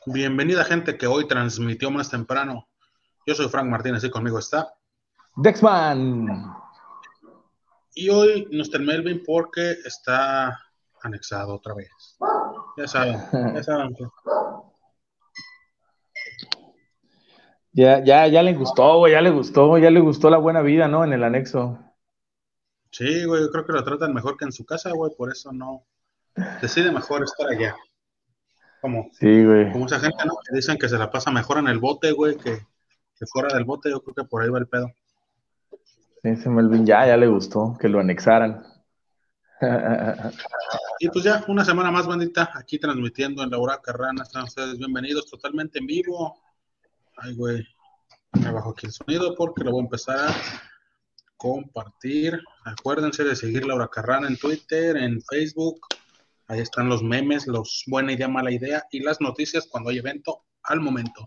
Bienvenida gente que hoy transmitió más temprano. Yo soy Frank Martínez y conmigo está. Dexman. Y hoy Mr. Melvin porque está anexado otra vez. Ya saben. Ya le gustó, güey, ya le gustó la buena vida, ¿no? En el anexo. Sí, güey, yo creo que lo tratan mejor que en su casa, güey, por eso no. Decide mejor estar allá. Como, Sí, güey. como esa gente, ¿no? Que dicen que se la pasa mejor en el bote, güey, que fuera del bote. Yo creo que por ahí va el pedo. Sí, ese Melvin ya le gustó que lo anexaran. Y pues ya, una semana más, bandita, aquí transmitiendo en la Hora Carrana. Están ustedes bienvenidos totalmente en vivo. Ay, güey, me bajo aquí el sonido porque lo voy a empezar a compartir. Acuérdense de seguir Laura Carrana en Twitter, en Facebook. Ahí están los memes, los buena idea, mala idea y las noticias cuando hay evento al momento.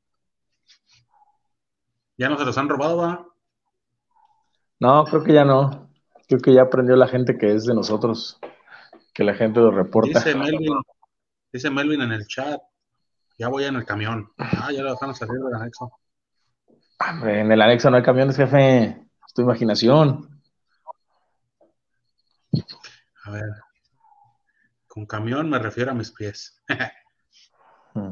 Ya no se los han robado, ¿va? No, creo que ya no. Creo que ya aprendió la gente que es de nosotros, que la gente lo reporta. Dice Melvin, dice Melvin en el chat. Ya voy en el camión. Ah, ya lo dejaron salir del anexo. Hombre, en el anexo no hay camiones, jefe. Es tu imaginación. A ver, con camión me refiero a mis pies. Mm.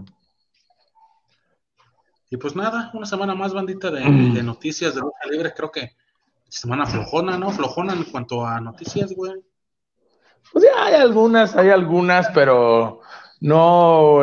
Y pues nada, una semana más, bandita, de noticias de lucha libre. Creo que semana flojona, ¿no? Flojona en cuanto a noticias, güey. Pues ya hay algunas, pero no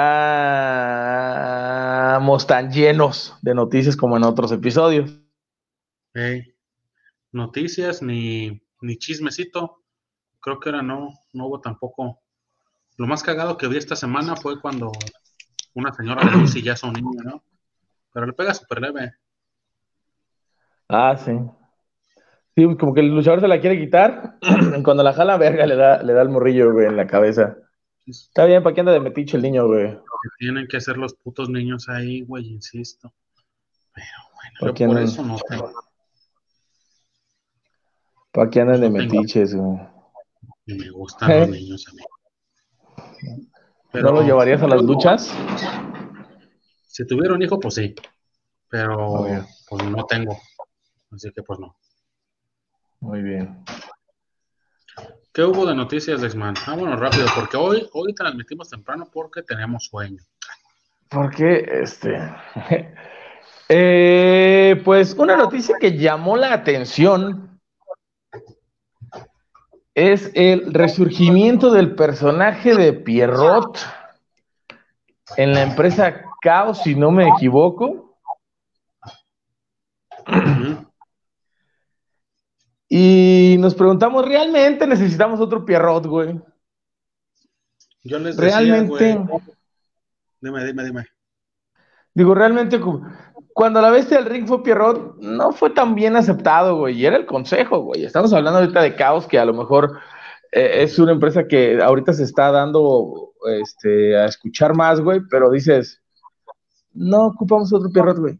estamos tan llenos de noticias como en otros episodios. Hey, noticias ni chismecito. Creo que ahora no hubo tampoco. Lo más cagado que vi esta semana fue cuando una señora le dio un sillazo a un niño, ¿no? Pero le pega súper leve. Ah, sí. Sí, como que el luchador se la quiere quitar. Cuando la jala, verga, le da el morrillo, güey, en la cabeza. Es Está bien, ¿para qué anda de metiche el niño, güey? lo que tienen que hacer los putos niños ahí, güey, insisto. Pero bueno, ¿Para yo qué por andan, eso para qué andan de no tengo, metiches, güey? ni me gustan los niños a mí. ¿No Pero lo llevarías a yo, las luchas? si tuviera un hijo, pues sí. Muy bien, Pero pues no tengo. Así que pues no. muy bien. ¿Qué hubo de noticias de X-Man? Ah, bueno, rápido, porque hoy transmitimos temprano porque tenemos sueño. Porque, pues una noticia que llamó la atención es el resurgimiento del personaje de Pierrot en la empresa Caos, si no me equivoco. Ujú. Y nos preguntamos, ¿realmente necesitamos otro Pierrot, güey? Yo les decía, Realmente, güey, dime. digo, realmente, cuando la bestia del ring fue Pierrot, no fue tan bien aceptado, güey. Y era el consejo, güey. Estamos hablando ahorita de Caos, que a lo mejor es una empresa que ahorita se está dando a escuchar más, güey, pero dices, no ocupamos otro Pierrot, güey.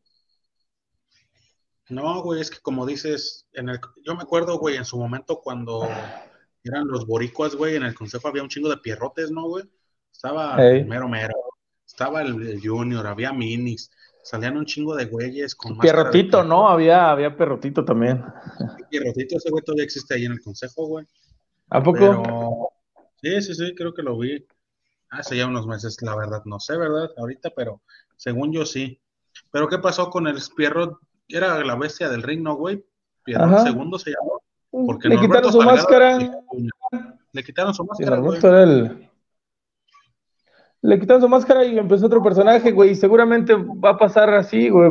No, güey, es que como dices, yo me acuerdo, güey, en su momento cuando eran los boricuas, güey, en el consejo había un chingo de pierrotes, ¿no, güey? Estaba el Hey. mero mero, estaba el Junior, había minis, salían un chingo de güeyes con máscara de Pierrotito, ¿no? pierrot. Había Perrotito también. El pierrotito, ese güey todavía existe ahí en el consejo, güey. ¿A poco? Pero sí, creo que lo vi hace ya unos meses, la verdad, no sé, ¿verdad? Ahorita, pero según yo sí. Pero ¿qué pasó con el Pierrot? Era la bestia del ring, ¿no, güey? Pierrot Ajá. segundo se llamó. Porque Le quitaron Norberto su Salgado máscara. le quitaron su Sí, máscara, güey. Norberto era el. Le quitaron su máscara y empezó otro personaje, güey. Y seguramente va a pasar así, güey.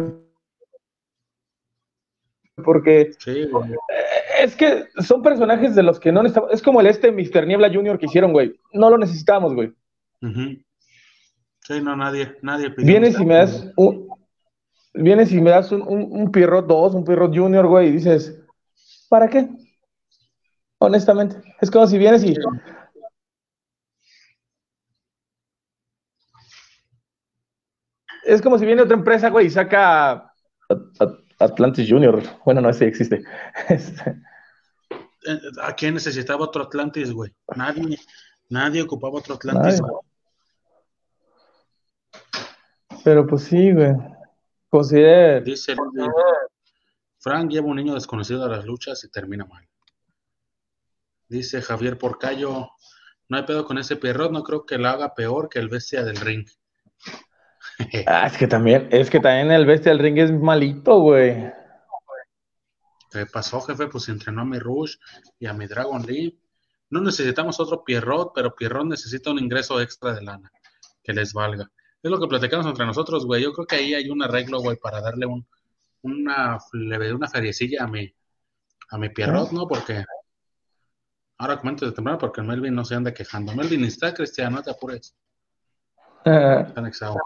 Porque Sí, güey. es que son personajes de los que no necesitamos. Es como el Mr. Niebla Junior que hicieron, güey. No lo necesitamos, güey. Ujú. Sí, no, nadie pidió Vienes y Mr. me Niebla. das un Pierrot 2, un Pierrot Junior, güey, y dices, ¿para qué? Honestamente. Es como si vienes Sí, y. Es como si viene otra empresa, güey, y saca Atlantis Junior. Bueno, no, ese existe. Este, ¿a quién necesitaba otro Atlantis, güey? Nadie ocupaba otro Atlantis, Nadie. güey. Pero pues sí, güey. Considere. Dice Luis, Frank lleva un niño desconocido a las luchas y termina mal. Dice Javier Porcayo, no hay pedo con ese Pierrot, no creo que lo haga peor que el bestia del ring. Es que también el Bestia del Ring es malito, güey. ¿Qué pasó, jefe? Pues entrenó a mi Rush y a mi Dragon Lee. No necesitamos otro Pierrot, pero Pierrot necesita un ingreso extra de lana que les valga. Es lo que platicamos entre nosotros, güey. Yo creo que ahí hay un arreglo, güey, para darle una feriecilla a mi Pierrot, ¿Sí? ¿no? Porque ahora comento de temprano porque el Melvin no se anda quejando. Melvin ni está, Cristian, no te apures. Está anexado.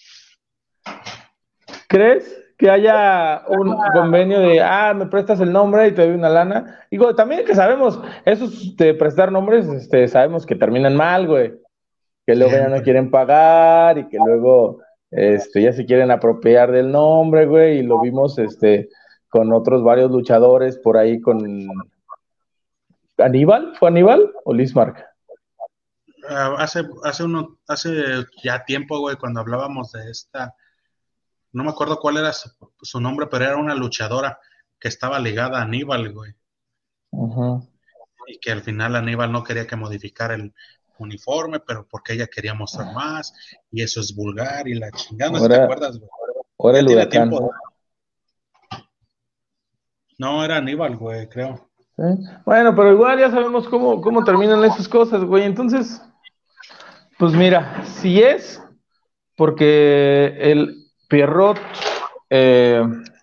¿Crees que haya un convenio de, me prestas el nombre y te doy una lana? Digo, también que sabemos, esos de prestar nombres, sabemos que terminan mal, güey. Que luego ya no Siempre. quieren pagar y que luego, ya se quieren apropiar del nombre, güey. Y lo vimos, con otros varios luchadores por ahí con Aníbal, ¿fue Aníbal o Lismark? Hace ya tiempo, güey, cuando hablábamos de esta, no me acuerdo cuál era su nombre, pero era una luchadora que estaba ligada a Aníbal, güey, Ujú. y que al final Aníbal no quería que modificara el uniforme, pero porque ella quería mostrar más, y eso es vulgar y la chingada, no sé si te Ahora, acuerdas, güey. ahora Ya el tiene huracán. tiempo. No, era Aníbal, güey, creo. ¿Sí? Bueno, pero igual ya sabemos cómo terminan esas cosas, güey. Entonces, pues mira, si es porque eh,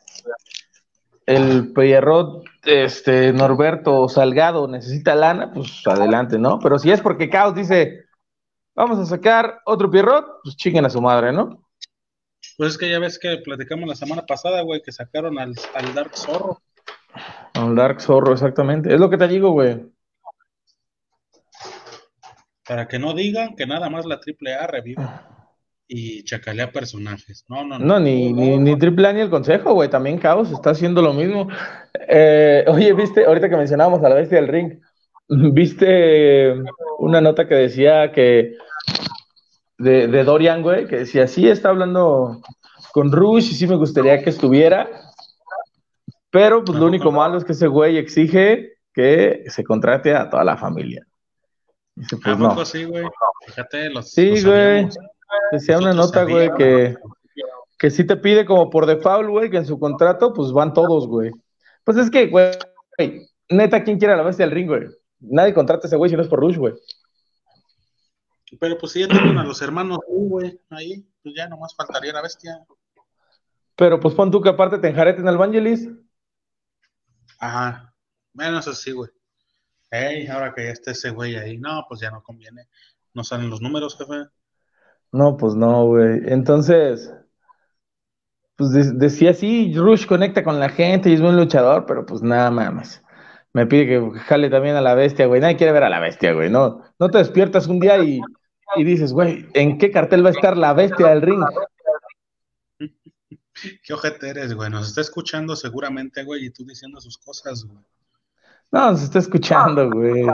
el Pierrot, Norberto Salgado necesita lana, pues adelante, ¿no? Pero si es porque Caos dice, vamos a sacar otro Pierrot, pues chinguen a su madre, ¿no? Pues es que ya ves que platicamos la semana pasada, güey, que sacaron al Dark Zorro, Un Dark Zorro, exactamente. Es lo que te digo, güey. para que no digan que nada más la AAA revive y chacalea personajes. No, no, No, no, todos lados. ni Triple A ni el Consejo, güey. También Caos está haciendo lo mismo. Oye, viste, ahorita que mencionábamos a la bestia del ring, viste una nota que decía que de Dorian, güey, que decía, sí, está hablando con Rush y sí me gustaría que estuviera, pero pues ¿A lo poco único no? malo es que ese güey exige que se contrate a toda la familia. Dice, ¿A pues poco no. sí, güey? Fíjate, lo Sí, güey. sabíamos. Decía una Nosotros nota, güey, sabíamos. que sí te pide como por default, güey, que en su contrato, pues van todos, güey. Pues es que, güey, neta, ¿quién quiere a la bestia del ring, güey? Nadie contrata a ese güey si no es por Rush, güey. Pero pues si ya tienen a los hermanos, güey, ahí, pues ya nomás faltaría la bestia. Pero pues pon tú que aparte te enjareten al Vangelis. Ajá. Bueno, eso sí, güey. Ey, ahora que ya está ese güey ahí, no, pues ya no conviene. No salen los números, jefe. No, pues no, güey. Entonces, pues decía sí, Rush conecta con la gente y es buen luchador, pero pues nada mames. Me pide que jale también a la bestia, güey. Nadie quiere ver a la bestia, güey. No, no te despiertas un día y dices, güey, ¿en qué cartel va a estar la bestia del ring? Qué ojete eres, güey. Nos está escuchando seguramente, güey, y tú diciendo sus cosas, güey. No, se está escuchando, güey.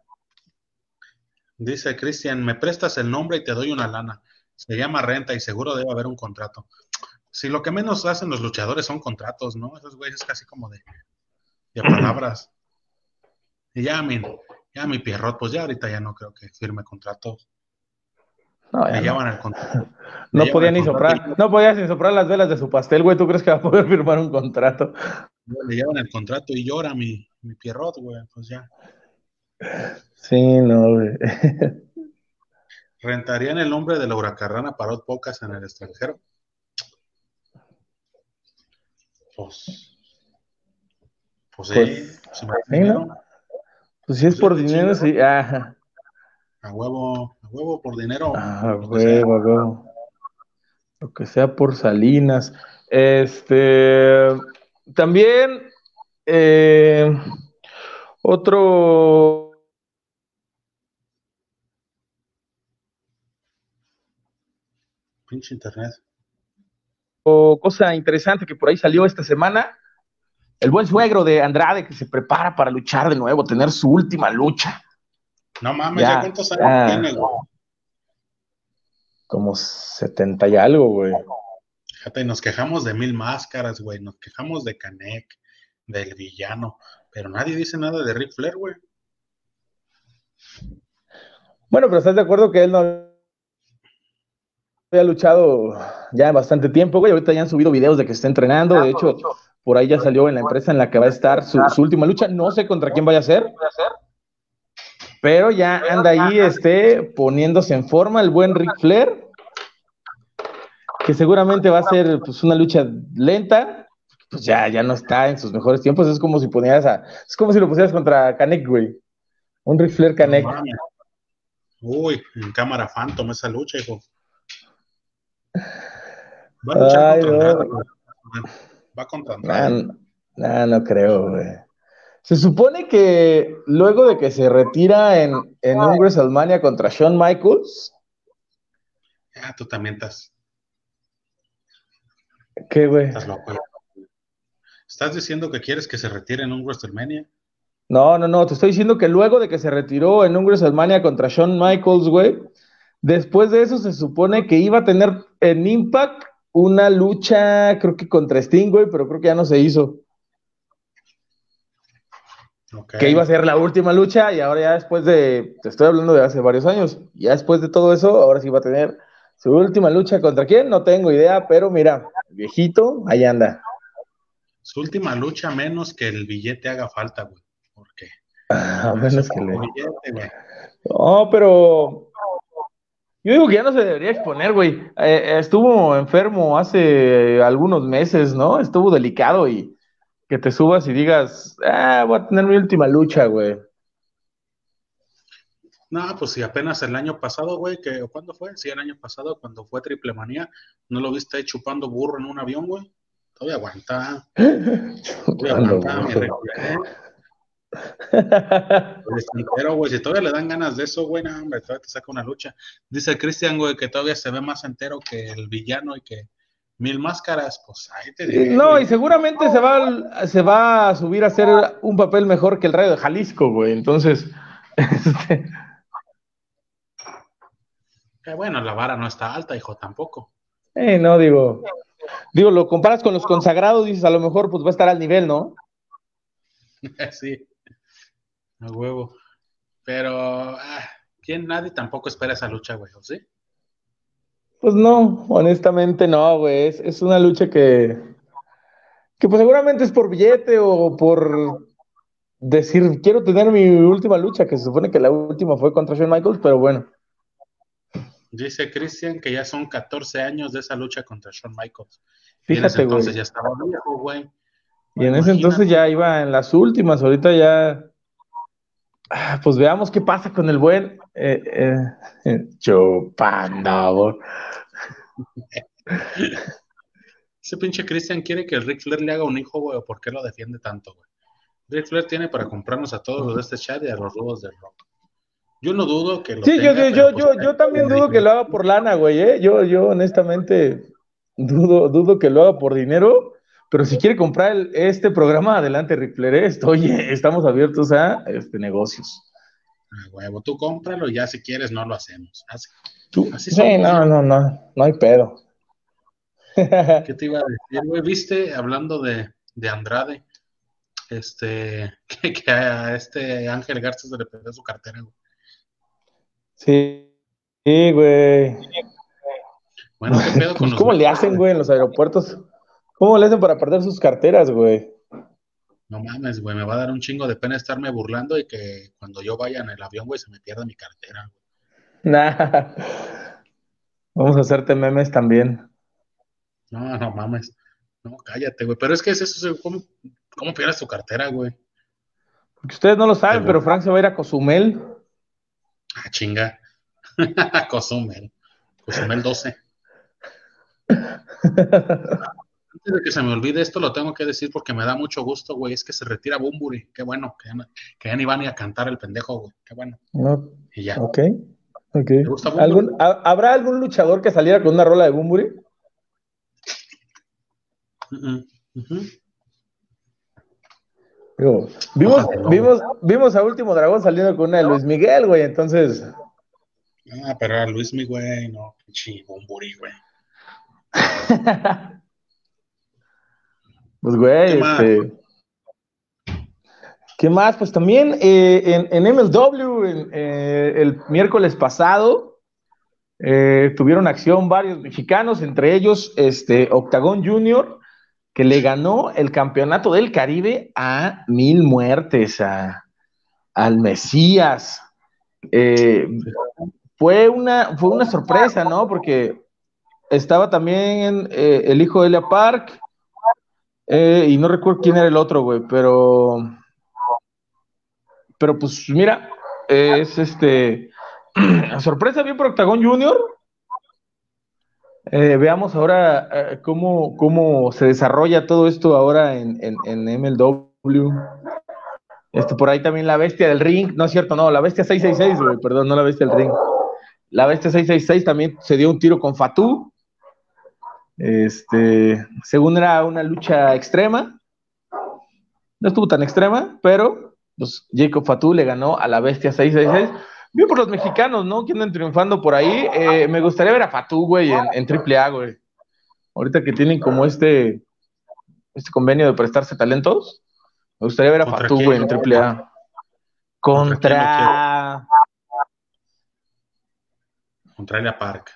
Dice Cristian, me prestas el nombre y te doy una lana. Se llama renta y seguro debe haber un contrato. Si lo que menos hacen los luchadores son contratos, ¿no? Esos güeyes casi como de palabras. Y ya mi Pierrot, pues ya ahorita ya no creo que firme contratos. No, Le ya no. llevan el contrato. Le No llevan podía el ni contrato y soplar, no podía ni soplar las velas de su pastel, güey. ¿Tú crees que va a poder firmar un contrato? le llevan el contrato y llora mi Pierrot, güey. Pues ya. Sí, no, güey. ¿Rentarían el nombre de la huracarrana para pocas en el extranjero? Pues, pues sí, Pues, si me da sí, ¿no? dinero, Pues si es pues sí, por qué dinero, chingas. sí. Ajá. A huevo por dinero, lo que sea. Huevo, huevo. Lo que sea por Salinas. Este, también, eh, otro Pinche internet. cosa interesante que por ahí salió esta semana, el buen suegro de Andrade que se prepara para luchar de nuevo, tener su última lucha. No mames, ¿ya Ya, cuántos años ya. tiene, güey? como 70 y algo, güey. Fíjate, nos quejamos de Mil Máscaras, güey. Nos quejamos de Canek, del villano. Pero nadie dice nada de Ric Flair, güey. Bueno, pero ¿estás de acuerdo que él no había luchado ya en bastante tiempo, güey? Ahorita ya han subido videos de que está entrenando. De hecho, por ahí ya salió en la empresa en la que va a estar su última lucha. No sé contra quién vaya a ser, pero ya anda ahí poniéndose en forma el buen Ric Flair, que seguramente va a ser pues una lucha lenta, pues ya no está en sus mejores tiempos. Es como si es como si lo pusieras contra Canek, güey. Un Ric Flair No Canek. mames. Uy, en cámara Phantom esa lucha, hijo. Va a luchar Ay, contra Andrade, no. güey. Va contra Nah, Andrade. no creo, güey. Se supone que luego de que se retira en un WrestleMania contra Shawn Michaels, Ya, tú también ¿qué, güey? estás loco. Ya. ¿Estás diciendo que quieres que se retire en un WrestleMania? No, te estoy diciendo que luego de que se retiró en un WrestleMania contra Shawn Michaels, güey, después de eso se supone que iba a tener en Impact una lucha, creo que contra Sting, güey, pero creo que ya no se hizo. Ok. Que iba a ser la última lucha y ahora ya después te estoy hablando de hace varios años, ya después de todo eso, ahora sí va a tener su última lucha contra quién, no tengo idea, pero mira, el viejito, ahí anda. Su última lucha menos que el billete haga falta, güey. ¿Por qué? A Con eso menos que con le... el billete, güey. No, pero yo digo que ya no se debería exponer, güey. Estuvo enfermo hace algunos meses, ¿no? Estuvo delicado y que te subas y digas, voy a tener mi última lucha, güey. No, pues si apenas el año pasado, güey, que ¿cuándo fue? Sí, el año pasado, cuando fue Triple Manía, ¿no lo viste ahí chupando burro en un avión, güey? Todavía Chupando aguanta, mi burro. Ric. Pues entero, güey, si todavía le dan ganas de eso, güey, no, hombre, todavía te saca una lucha. Dice Cristian, güey, que todavía se ve más entero que el villano y que Mil Máscaras, pues ahí te diré, No, güey. y seguramente se va a subir a hacer un papel mejor que el Rayo de Jalisco, güey. Entonces, este, Que bueno, la vara no está alta, hijo, tampoco. no digo, lo comparas con los consagrados, dices, a lo mejor pues va a estar al nivel, ¿no? Sí, a huevo. Pero, ¿quién? Nadie tampoco espera esa lucha, güey, ¿o sí? Pues no, honestamente no, güey. Es una lucha que pues seguramente es por billete o por decir, quiero tener mi última lucha, que se supone que la última fue contra Shawn Michaels, pero bueno, Dice Christian que ya son 14 años de esa lucha contra Shawn Michaels. Y en ese fíjate, entonces güey. ya estaba viejo, güey. Y Ahora en ese entonces imagínate. ya iba en las últimas, ahorita ya, pues veamos qué pasa con el buen Chupanda, güey. Ese pinche Christian quiere que el Ric Flair le haga un hijo, güey, o por qué lo defiende tanto, güey. Ric Flair tiene para comprarnos a todos los de este chat y a los rudos del rock. Yo no dudo que lo Sí, tenga, pero pues yo también dudo que lo haga por lana, güey, ¿eh? Yo honestamente dudo que lo haga por dinero, pero si quiere comprar este programa, adelante, Ric Flair, estamos abiertos a negocios. huevo, tú cómpralo y ya si quieres no lo hacemos. Así, así Sí, somos, ¿no? no hay pedo. ¿Qué te iba a decir, güey? ¿Viste, hablando de Andrade, que a este Ángel Garza se le perdió su cartera, güey? Sí, sí, güey. Bueno, ¿qué pedo con Pues, los ¿cómo le medios, hacen, güey? güey, en los aeropuertos? ¿Cómo le hacen para perder sus carteras, güey? No mames, güey, me va a dar un chingo de pena estarme burlando y que cuando yo vaya en el avión, güey, se me pierda mi cartera, güey. Nah. Vamos a hacerte memes también. No, no mames. No, cállate, güey. Pero es que es eso, ¿cómo pierdes tu cartera, güey? Porque ustedes no lo Te saben, pero burlas. Frank se va a ir a Cozumel. Ah, chinga. Cozumel. Cozumel 12. Antes de que se me olvide esto, lo tengo que decir porque me da mucho gusto, güey. Es que se retira Bumburi. Qué bueno, que ya ni va ni a cantar el pendejo, güey. Qué bueno. No, Y ya. ok, ok. ¿Te gusta Bumburi? ¿Habrá algún luchador que saliera con una rola de Bunbury? Ujú. Digo, Ojalá no, güey. vimos a Último Dragón saliendo con una de Luis Miguel, güey, entonces. Ah, pero era Luis, mi güey, no, pinche Bumburi, güey. Pues, ¿Qué güey, más? ¿qué más? Pues también en MLW, el miércoles pasado, tuvieron acción varios mexicanos, entre ellos Octagón Junior, que le ganó el campeonato del Caribe a Mil Muertes, al Mesías. Eh, fue una sorpresa, ¿no? Porque estaba también el hijo de Elia Park, y no recuerdo quién era el otro, güey, pero pues mira, es sorpresa bien por Octagón Junior. Veamos ahora cómo se desarrolla todo esto ahora en MLW. Por ahí también la bestia del ring, no es cierto, no, la bestia 666, güey, perdón, no la bestia del ring. La bestia 666 también se dio un tiro con Fatu. Según era una lucha extrema, no estuvo tan extrema, pero pues, Jacob Fatu le ganó a la bestia 666. Bien por los mexicanos, ¿no? Que andan triunfando por ahí. Me gustaría ver a Fatu, güey, en AAA, güey. Ahorita que tienen como este convenio de prestarse talentos, me gustaría ver a ¿Contra Fatu, quién güey, lo en quiere? AAA. ¿Contra quién lo quiere? Contra. Contra Elia Park.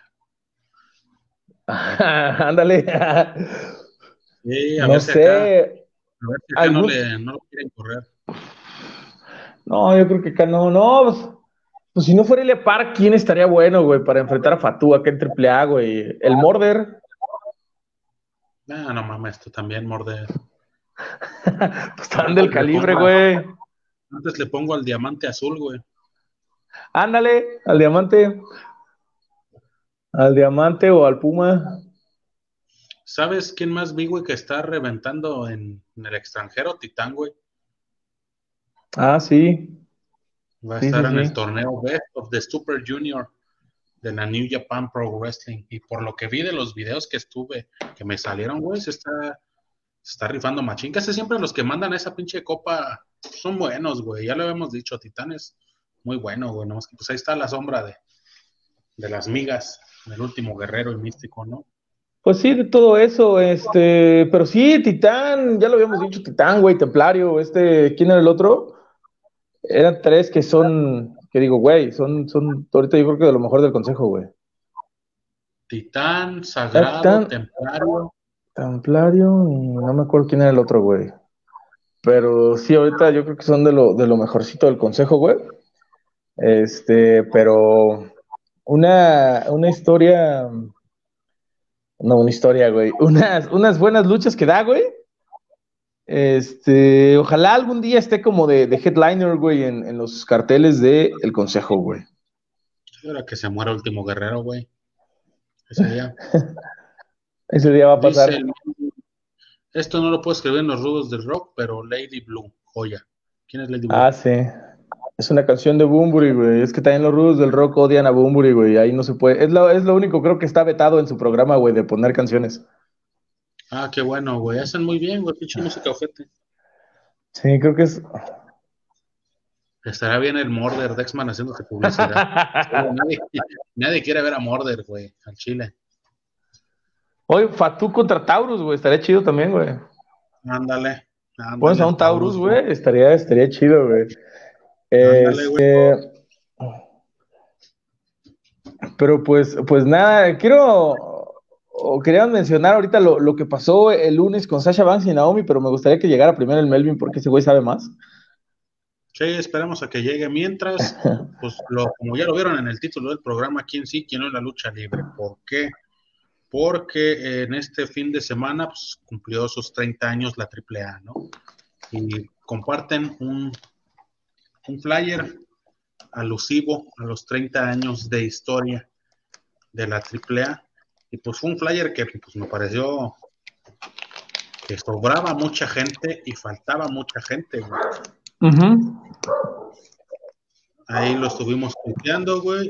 Ándale. Sí, No sé. a ver si acá Algún. no lo quieren correr. No, yo creo que acá no. No, pues si no fuera Ile Park, ¿quién estaría bueno, güey, para enfrentar a Fatu acá en AAA, güey? El Morder. Ah, no mames, tú también, Morder. Pues están del calibre, güey. Antes le pongo al diamante azul, güey. Ándale, al diamante. Al diamante o al Puma. ¿Sabes quién más vi, güey, que está reventando en el extranjero? Titán, güey. Ah, sí. Va a Sí, estar sí, en el sí. torneo Best of the Super Junior de la New Japan Pro Wrestling. Y por lo que vi de los videos que me salieron, güey, se está rifando machín. Casi siempre los que mandan esa pinche copa son buenos, güey. Ya lo habíamos dicho, Titán es muy bueno, güey. Nomás que pues ahí está la sombra de las migas, del último guerrero y místico, ¿no? Pues sí, de todo eso, pero sí, Titán, ya lo habíamos dicho, Titán, güey, Templario, ¿quién era el otro? Eran tres que digo, güey, ahorita yo creo que de lo mejor del consejo, güey. Titán, Era Sagrado, Titán, Templario. Templario, y no me acuerdo quién era el otro, güey. Pero sí, ahorita yo creo que son de lo mejorcito del consejo, güey. Pero una historia, no, una historia, güey. Unas buenas luchas que da, güey. Ojalá algún día esté como de headliner, güey, en los carteles del consejo, güey. Ahora que se muera último guerrero, güey. Ese día. Ese día va a Dice pasar. el esto no lo puedo escribir en los rudos del rock, pero Lady Blue, joya. ¿Quién es Lady Blue? Ah, sí. Es una canción de Bunbury, güey. Es que también los rudos del rock odian a Bunbury, güey. Ahí no se puede. Es lo único, creo que está vetado en su programa, güey, de poner canciones. Ah, qué bueno, güey. Hacen muy bien, güey. Pinche música ojete. Sí, creo que es. Estará bien el Morder, Dexman haciéndose publicidad. Sí, nadie quiere ver a Morder, güey, al Chile. Oye, Fatu contra Taurus, güey. Estaría chido también, güey. Ándale, Pones ándale, a el un Taurus, Taurus, güey. güey. Estaría chido, güey. Ándale, güey. Pero pues nada, quería mencionar ahorita lo que pasó el lunes con Sasha Banks y Naomi, pero me gustaría que llegara primero el Melvin porque ese güey sabe más. Sí, esperemos a que llegue. Mientras, pues como ya lo vieron en el título del programa, quién sí, quién no es la lucha libre. ¿Por qué? Porque en este fin de semana pues, cumplió sus 30 años la AAA, ¿no? Y comparten un flyer alusivo a los 30 años de historia de la AAA. Y pues fue un flyer que pues, me pareció que sobraba mucha gente y faltaba mucha gente, güey. Ujú. Ahí lo estuvimos tuiteando, güey,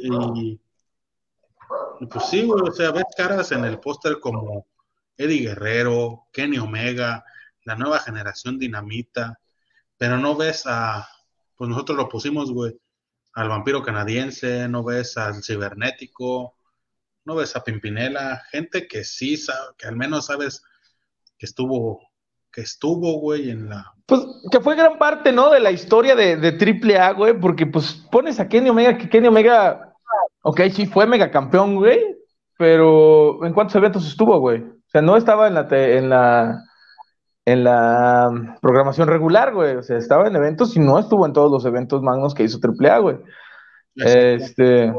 y pues sí, güey, o sea, ves caras en el póster como Eddie Guerrero, Kenny Omega, la nueva generación Dinamita, pero no ves pues nosotros lo pusimos, güey, al vampiro canadiense, no ves al cibernético, no ves a Pimpinela, gente que sí sabe, que al menos sabes que estuvo, güey, en la... Pues que fue gran parte, ¿no? De la historia de Triple A, güey, porque pues pones a Kenny Omega, que Kenny Omega, ok, sí fue megacampeón, güey, pero ¿en cuántos eventos estuvo, güey? O sea, no estaba en la programación regular, güey. O sea, estaba en eventos y no estuvo en todos los eventos magnos que hizo Triple A, güey. Exacto. Este,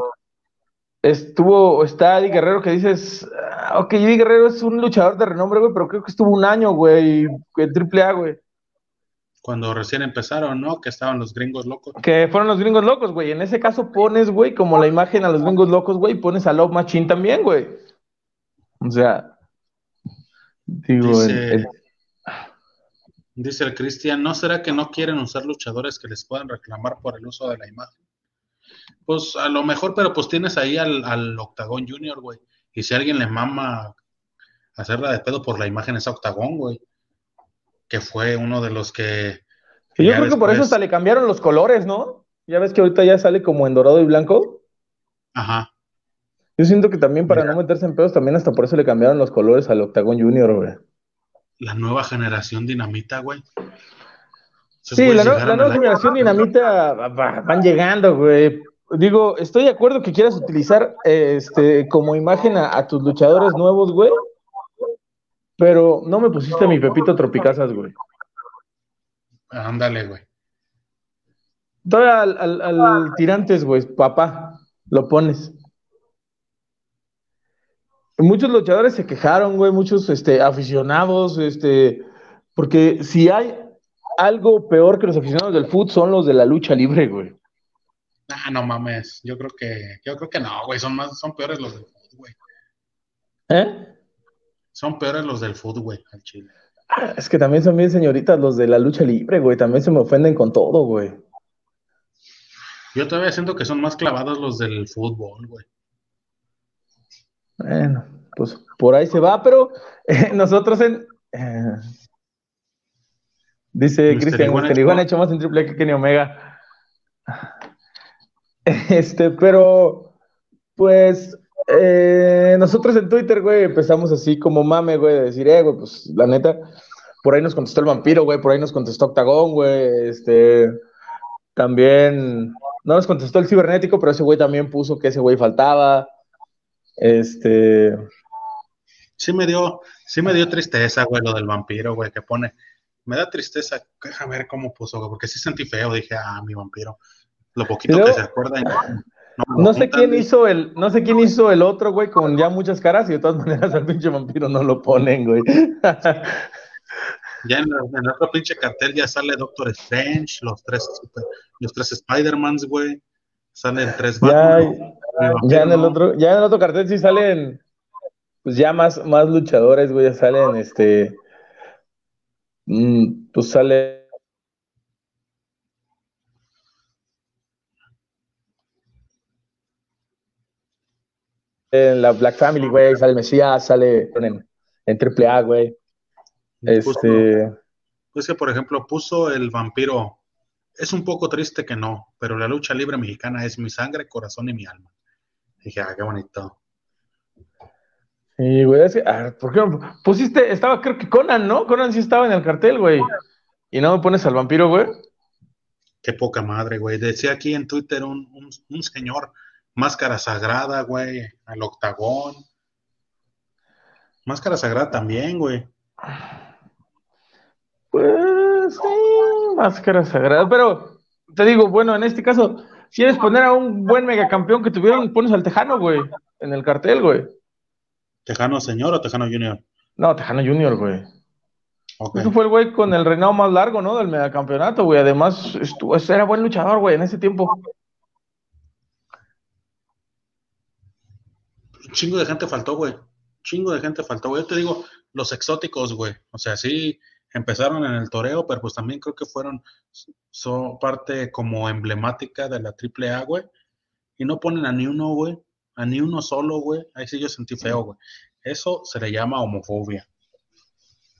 está Eddie Guerrero que dices, ok, Eddie Guerrero es un luchador de renombre, güey, pero creo que estuvo un año, güey, en Triple A, güey. Cuando recién empezaron, ¿no? Que estaban los gringos locos. Que fueron los gringos locos, güey. En ese caso pones, güey, como la imagen a los gringos locos, güey, pones a Love Machine también, güey. O sea, digo, Dice, dice el Cristian, ¿no será que no quieren usar luchadores que les puedan reclamar por el uso de la imagen? Pues a lo mejor, pero pues tienes ahí al Octagón Junior, güey. Y si alguien le mama hacerla de pedo por la imagen esa Octagón, güey, que fue uno de los que yo ya creo que por eso hasta después, le cambiaron los colores, ¿no? Ya ves que ahorita ya sale como en dorado y blanco. ajá, Yo siento que también para no mira, meterse en pedos, también hasta por eso le cambiaron los colores al Octagon Junior, güey. la nueva generación dinamita, güey. Esos Sí, güeyes la llegaron al nueva año. generación dinamita van llegando, güey. Digo, estoy de acuerdo que quieras utilizar como imagen a tus luchadores nuevos, güey, pero no me pusiste a mi Pepito Tropicazas, güey. Ándale, güey. Todavía al Tirantes, güey, papá, lo pones. Muchos luchadores se quejaron, güey, muchos aficionados, porque si hay algo peor que los aficionados del fútbol son los de la lucha libre, güey. Ah, no mames. Yo creo que no, güey. Son peores los del fútbol, güey. ¿Eh? Son peores los del fútbol, güey, al Chile. Es que también son bien señoritas los de la lucha libre, güey. También se me ofenden con todo, güey. Yo todavía siento que son más clavados los del fútbol, güey. Bueno, pues por ahí se va, pero nosotros dice Mister Cristian, Iguana, Mister Iguana ha hecho más en triple A que Kenny Omega. Pero, pues, nosotros en Twitter, güey, empezamos así como mame, güey, de decir, güey, pues, la neta, por ahí nos contestó el vampiro, güey, por ahí nos contestó Octagón, güey, también, no nos contestó el cibernético, pero ese güey también puso que ese güey faltaba, este, sí me dio tristeza, güey, lo del vampiro, güey, que pone. Me da tristeza. Déjame ver cómo puso, güey, porque sí sentí feo. Dije, mi vampiro. Lo y poquito que se luego, acuerda y no me lo no sé juntan, quién güey. hizo no sé quién hizo el otro, güey, con ya muchas caras, y de todas maneras al pinche vampiro no lo ponen, güey. Ya en otro pinche cartel ya sale Doctor Strange, los tres Spider-Mans, güey. Salen tres Batman. Ya, Mi vampiro no. ya en el otro cartel sí salen, pues ya más luchadores, güey, ya salen, pues sale en la Black Family, güey, sale Mesías, sale en Triple A, güey. Puso, Este, pues que por ejemplo puso el vampiro. Es un poco triste que no, pero la lucha libre mexicana es mi sangre, corazón y mi alma. Dije, qué bonito. y, güey, ¿por qué no pusiste? Estaba, creo que Conan, ¿no? Conan sí estaba en el cartel, güey. Y no me pones al vampiro, güey. Qué poca madre, güey. Decía aquí en Twitter un señor, máscara sagrada, güey, al octagón. Máscara sagrada también, güey. Pues sí, máscara sagrada. Pero te digo, bueno, en este caso, si quieres poner a un buen megacampeón que tuvieron, pones al Tejano, güey, en el cartel, güey. ¿Tejano señor o Tejano junior? No, Tejano Junior, güey. Ok. Ese fue el güey con el reinado más largo, ¿no? Del megacampeonato, güey. Además, era buen luchador, güey, en ese tiempo. Un chingo de gente faltó, güey. Chingo de gente faltó, güey. Yo te digo, los exóticos, güey. O sea, sí empezaron en el toreo, pero pues también creo que son parte como emblemática de la Triple A, güey. Y no ponen a ni uno, güey. A ni uno solo, güey. Ahí sí yo sentí feo, güey. Eso se le llama homofobia.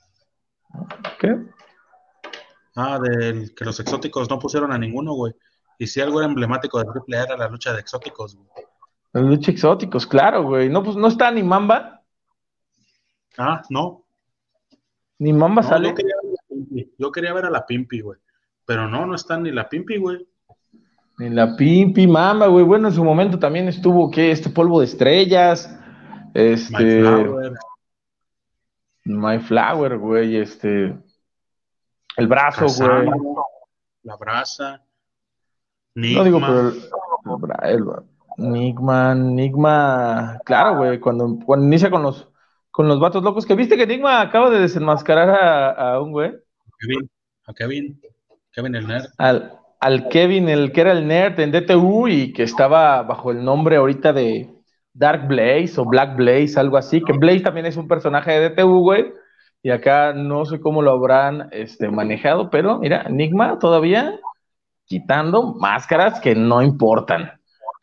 ¿Qué? Del que los exóticos no pusieron a ninguno, güey. Y si algo era emblemático de Triple A era la lucha de exóticos, güey. Los lucha exóticos, claro, güey. No, pues no está ni Mamba. Ah, no, Ni Mamba no, sale. yo quería ver a la Pimpi, güey. Pero no, no está ni la Pimpi, güey. Ni la Pimpi Mamba, güey. Bueno, en su momento también estuvo, ¿qué? Este polvo de estrellas. My Este. Flower, My Flower, güey. El brazo, güey. Casandro, La Brasa, No digo, Nigma. pero Nigma, claro, güey, cuando inicia con los vatos locos, que viste que Nigma acaba de desenmascarar a un güey, Kevin, a Kevin el Nerd. al Kevin, el que era el nerd en DTU y que estaba bajo el nombre ahorita de Dark Blaze o Black Blaze, algo así, que Blaze también es un personaje de DTU, güey, y acá no sé cómo lo habrán manejado, pero mira, Nigma todavía quitando máscaras que no importan.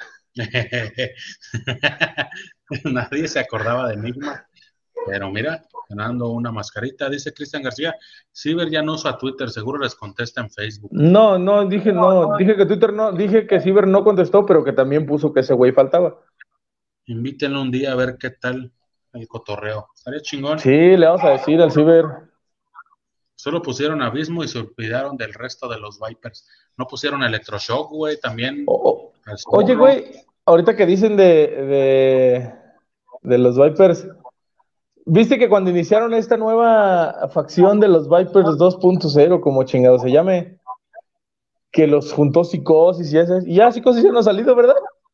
Nadie se acordaba de Enigma, pero mira, ganando una mascarita, dice Cristian García. Ciber ya no usa Twitter, seguro les contesta en Facebook. No, dije que Twitter no, dije que Ciber no contestó, pero que también puso que ese güey faltaba. Invítenlo un día a ver qué tal el cotorreo. Estaría chingón. Sí, le vamos a decir al Ciber. Solo pusieron Abismo y se olvidaron del resto de los Vipers. No pusieron Electroshock, güey, también al Oye, Zorro. güey, ahorita que dicen de los Vipers, ¿viste que cuando iniciaron esta nueva facción de los Vipers 2.0, como chingado se llame, que los juntó Psicosis y ya Psicosis ya no ha salido, ¿verdad?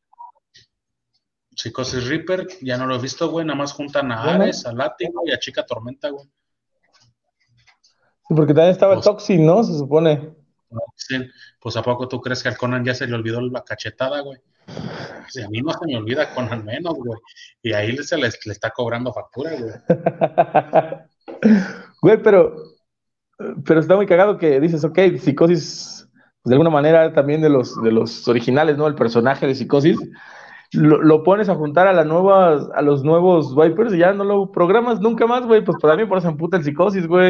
Psicosis Reaper, ya no lo he visto, güey. Nada más juntan a Ya no. Ares, a Látigo y a Chica Tormenta, güey. Sí, porque también estaba el Pues, Toxin, ¿no? Se supone. dicen, pues, ¿a poco tú crees que al Conan ya se le olvidó la cachetada, güey? Si a mí no se me olvida, Conan menos, güey. Y ahí le está cobrando factura, güey. Güey, pero está muy cagado que dices, ok, Psicosis, pues, de alguna manera también de los originales, ¿no? El personaje de Psicosis, lo pones a juntar a los nuevos Vipers y ya no lo programas nunca más, güey. Pues para mí por eso emputa el Psicosis, güey.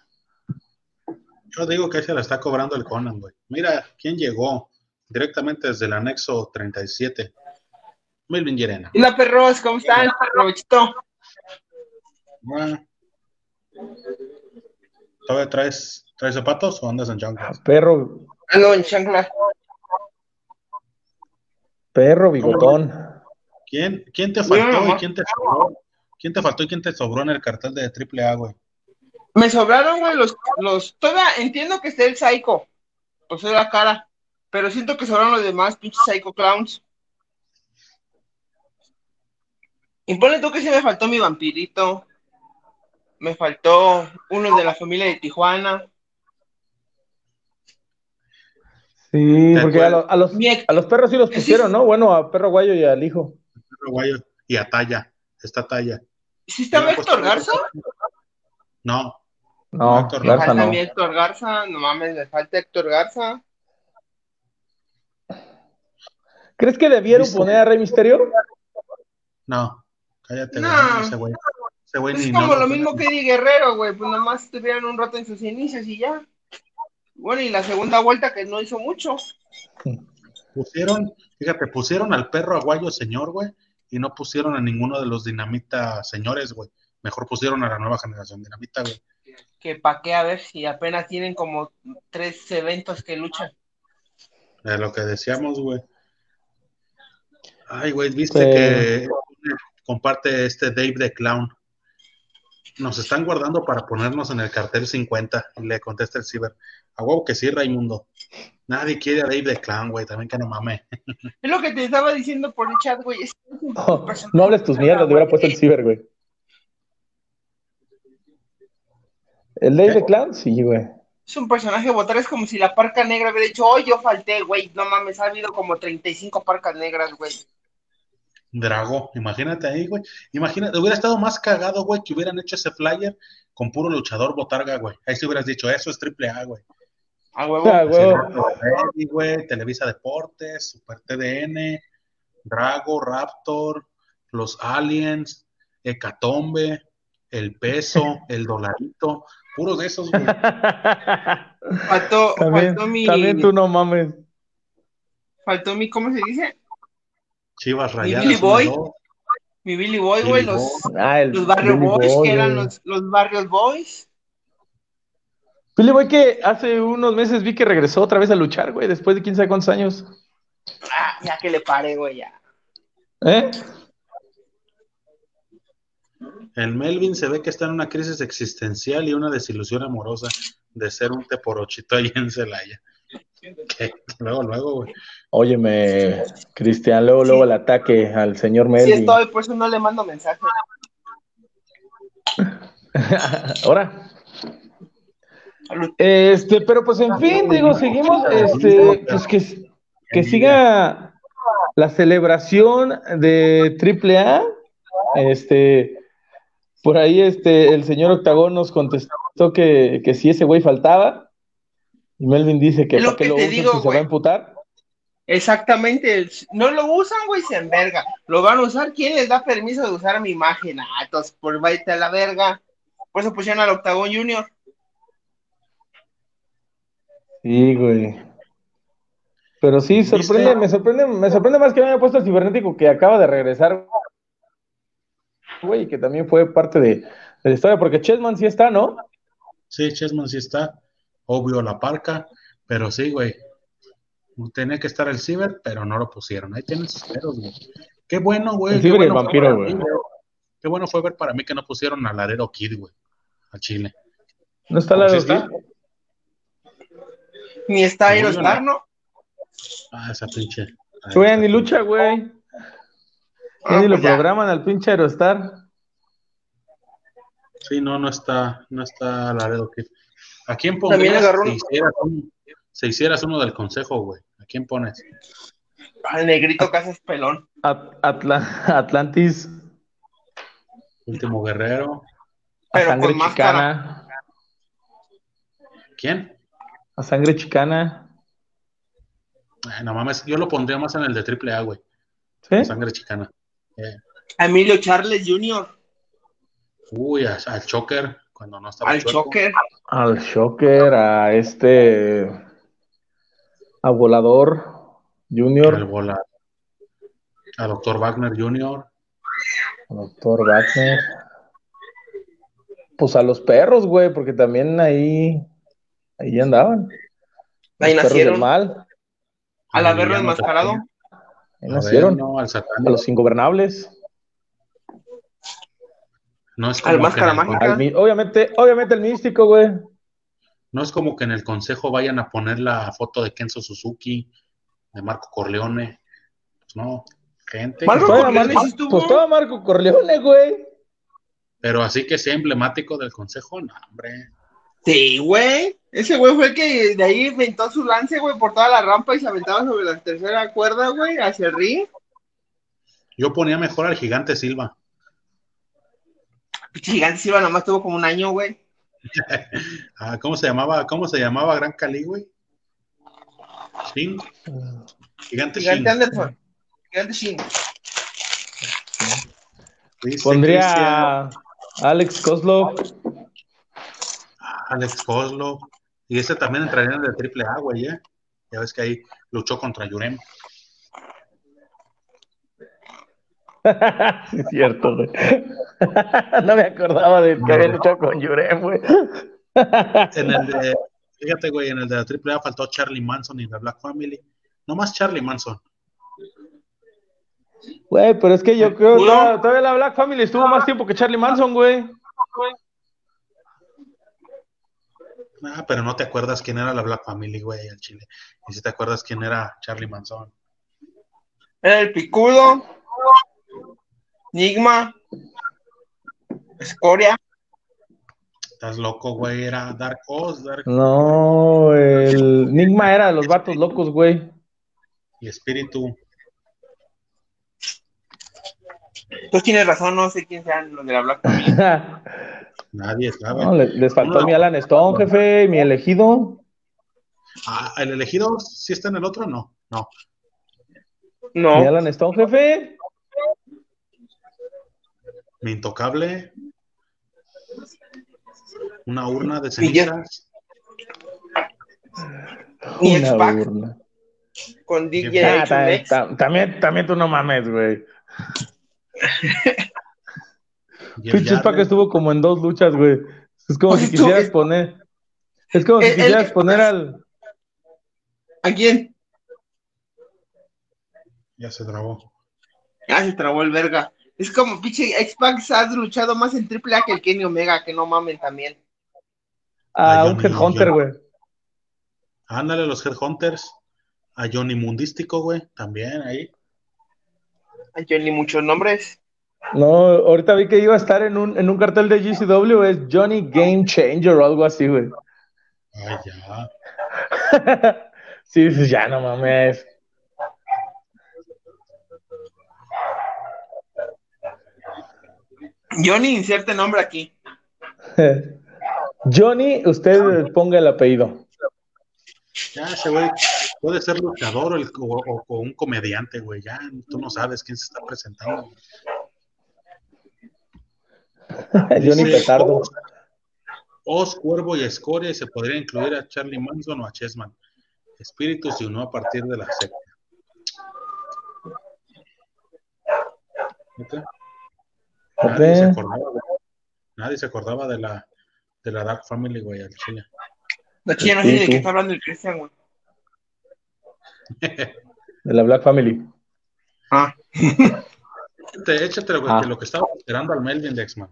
Yo digo que ahí se la está cobrando el Conan, güey. Mira, ¿quién llegó? Directamente desde el anexo 37. Melvin Llerena. Hola perros, ¿cómo están? Provechito. Bueno, ¿todavía traes zapatos o andas en chanclas? Ando en chancla. Perro ¿Cómo? bigotón. ¿Quién te Mira faltó y nomás. quién te sobró? ¿Quién te faltó y quién te sobró en el cartel de AAA, güey? Me sobraron, güey, Todavía entiendo que esté el Psycho. Pues es la cara. Pero siento que sobraron los demás pinches Psycho Clowns. Y ponle tú que sí me faltó mi vampirito. Me faltó uno de la familia de Tijuana. Sí, ¿Te porque acuerdas? a los perros sí los Sí, pusieron, ¿no? Bueno, a Perro Guayo y al hijo. Guayo y a Talla, esta Talla. ¿Sí estaba Hubieran puesto Héctor Garza? No, no, No, Héctor Me no. Garza falta mi no. Héctor Garza. No mames, me falta Héctor Garza. ¿Crees que debieron ¿Viste? poner a Rey Misterio? No, cállate, güey. No. Ese güey Pues es ni no como lo lo pone. mismo que Eddie Guerrero, güey. Pues nomás estuvieron un rato en sus inicios y ya. Bueno, y la segunda vuelta que no hizo mucho. Pusieron al perro aguayo señor, güey, y no pusieron a ninguno de los dinamita señores, güey. Mejor pusieron a la nueva generación dinamita, güey. Que pa' qué, a ver si apenas tienen como 3 eventos que luchan. De lo que decíamos, güey. Ay, güey, viste Pero, que comparte este Dave the Clown. Nos están guardando para ponernos en el cartel 50. Y le contesta el ciber. A huevo que sí, Raimundo. Nadie quiere a Dave the Clown, güey. También que no mame. Es lo que te estaba diciendo por el chat, güey. Es un no personaje hables tus puta, mierdas, le güey. hubiera puesto el ciber, güey. ¿El Day de ¿Qué? Clown? Sí, güey. Es un personaje botar, es como si la parca negra hubiera dicho, oh, yo falté, güey. No mames, ha habido como 35 parcas negras, güey. Drago, imagínate ahí, güey. Imagínate, hubiera estado más cagado, güey, que hubieran hecho ese flyer con puro luchador botarga, güey. Ahí sí hubieras dicho, eso es triple A, güey. A huevo. Ah, Así, güey. güey, Televisa Deportes, Super TDN, Drago, Raptor, los Aliens, Hecatombe, El Peso, El Dolarito, puros de esos, güey. Faltó También tú no mames. Faltó mi, ¿cómo se dice? Chivas Mi Rayadas Billy Boy. 1-2. Mi Billy Boy, Billy güey, Boy. los Barrio Billy Boys, Boy, que eran güey. los Barrios Boys. Billy Boy que hace unos meses vi que regresó otra vez a luchar, güey, después de quién sabe cuántos años. Ah, ya que le pare, güey, ya. ¿Eh? El Melvin se ve que está en una crisis existencial y una desilusión amorosa de ser un teporochito ahí en Celaya. ¿Qué? Luego, güey. Óyeme, Cristian, luego el ataque al señor Sí Melvin. estoy, por eso no le mando mensaje. Ahora. Salud. Pero pues en fin, digo, seguimos, pues que siga la celebración de AAA. Por ahí el señor Octagón nos contestó que si ese güey faltaba. Y Melvin dice que Es lo para qué que lo te usan digo, si se va a güey. emputar. Exactamente, no lo usan, güey, se enverga. Lo van a usar, ¿quién les da permiso de usar mi imagen? Ah, entonces, pues váyate a la verga. Por eso pusieron al Octagón Junior. Sí, güey. Pero sí, ¿Viste? me sorprende más que me haya puesto el cibernético que acaba de regresar, güey, y que también fue parte de la historia, porque Chessman sí está, ¿no? Sí, Chessman sí está. Obvio la parca, pero sí, güey. Tenía que estar el Ciber, pero no lo pusieron. Ahí tienen sus peros, güey. Qué bueno, El güey. Qué ciber y el bueno fue vampiro, para güey. mí, güey. Qué bueno fue ver para mí que no pusieron a Laredo Kid, güey. A Chile. ¿No está ¿O sí la está? aquí? Ni está Según yo, no. Aerostar, ¿no? Ah, esa pinche. Güey, ni lucha, güey. Ya Ah, ni lo pues ya. programan al pinche Aerostar. Sí, no está Laredo Kid. ¿A quién También pondrías agarró si hicieras uno del consejo, güey? ¿A quién pones? al negrito Casas Pelón. Atlantis, Último Guerrero. a Pero sangre con máscara. chicana. ¿Quién? A sangre chicana. Ay, no mames, yo lo pondría más en el de AAA, güey. ¿Sí? A sangre chicana. A Emilio Charles Jr. Uy, al Choker, cuando no estaba Al chueco. Choker. Al Shocker, a Volador Al Junior, Bola. A Doctor Wagner Jr. a Doctor Wagner. Pues a los perros, güey, porque también ahí andaban. Ahí Los perros del nacieron. mal. Al Al haberlo villano enmascarado. también. Ahí A ver, nacieron. no, al A satánico. los ingobernables. No es Al como que en máscara el mágica. Obviamente el místico, güey. no es como que en el consejo vayan a poner la foto de Kenzo Suzuki, de Marco Corleone. Pues no, gente Marco como Corleone sí Pues estuvo. estaba Marco Corleone, güey. pero así que sea emblemático del consejo, no, hombre. Sí, güey. Ese güey fue el que de ahí inventó su lance, güey, por toda la rampa y se aventaba sobre la tercera cuerda, güey, hacia el ring. Yo ponía mejor al gigante Silva. Pinche Gigante Silva nomás tuvo como un año, güey. Ah, ¿cómo se llamaba? ¿Cómo se llamaba Gran Cali, güey? Shin. Gigante Shin. Gigante Anderson. Gigante Shin. Dice Pondría Cristian, a Alex Kozlov. Alex Kozlov. Y ese también entraría en el de triple A, güey, ¿eh? Ya ves que ahí luchó contra Yurem. Sí, es cierto, güey. No me acordaba de que había luchado con Yurem, güey. En el de, fíjate, güey, en el de la triple A faltó Charlie Manson y la Black Family. No más Charlie Manson. Güey, pero es que yo creo que ¿Pudo? todavía la Black Family estuvo más tiempo que Charlie Manson, güey. Ah, pero no te acuerdas quién era la Black Family, güey, al Chile. Y si te acuerdas quién era Charlie Manson. Era el Picudo. Nigma. Escoria. Estás loco, güey, era Dark Oz, No, el Nigma era de los vatos locos, güey. y Espíritu. Tú tienes razón, no sé quién sean los de la Black Family. Nadie sabe. No, les faltó Uno- mi Alan Stone, jefe, mi elegido. Ah, ¿el elegido sí está en el otro? No, no. Mi No. Alan Stone, jefe. Mi intocable. Una urna de Y ya- cenizas. Ni Una X-Pac. urna. Con con DJ Mex. También tú no mames, güey. Jeff Pinches Pac Jarrett. estuvo como en 2 luchas, güey. Es como si quisieras poner. Es como si quisieras poner al. ¿A quién? Ya se trabó. Ya se trabó el verga. Es como pinche X-Pac ha luchado más en AAA que el Kenny Omega, que no mamen también. A un Headhunter, güey. Ándale, los Headhunters. A Johnny Mundístico, güey. También ahí. A Johnny muchos nombres. No, ahorita vi que iba a estar en un cartel de GCW, es Johnny Game Changer o algo así, güey. Ay, ya. Sí, dices, ya no mames. Johnny, inserte nombre aquí. Johnny, usted ponga el apellido. Ya ese güey puede ser luchador o un comediante, güey. Ya tú no sabes quién se está presentando. Johnny Petardo. Oz, Cuervo y Escoria, y se podría incluir a Charlie Manson o a Chessman. Espíritu se unió a partir de la secta. Nadie se acordaba de la Dark Family, güey, al chile. No, chile, no sé de qué está hablando el Cristian, güey. De la Black Family. Échate lo que estaba esperando al Melvin de X-Man.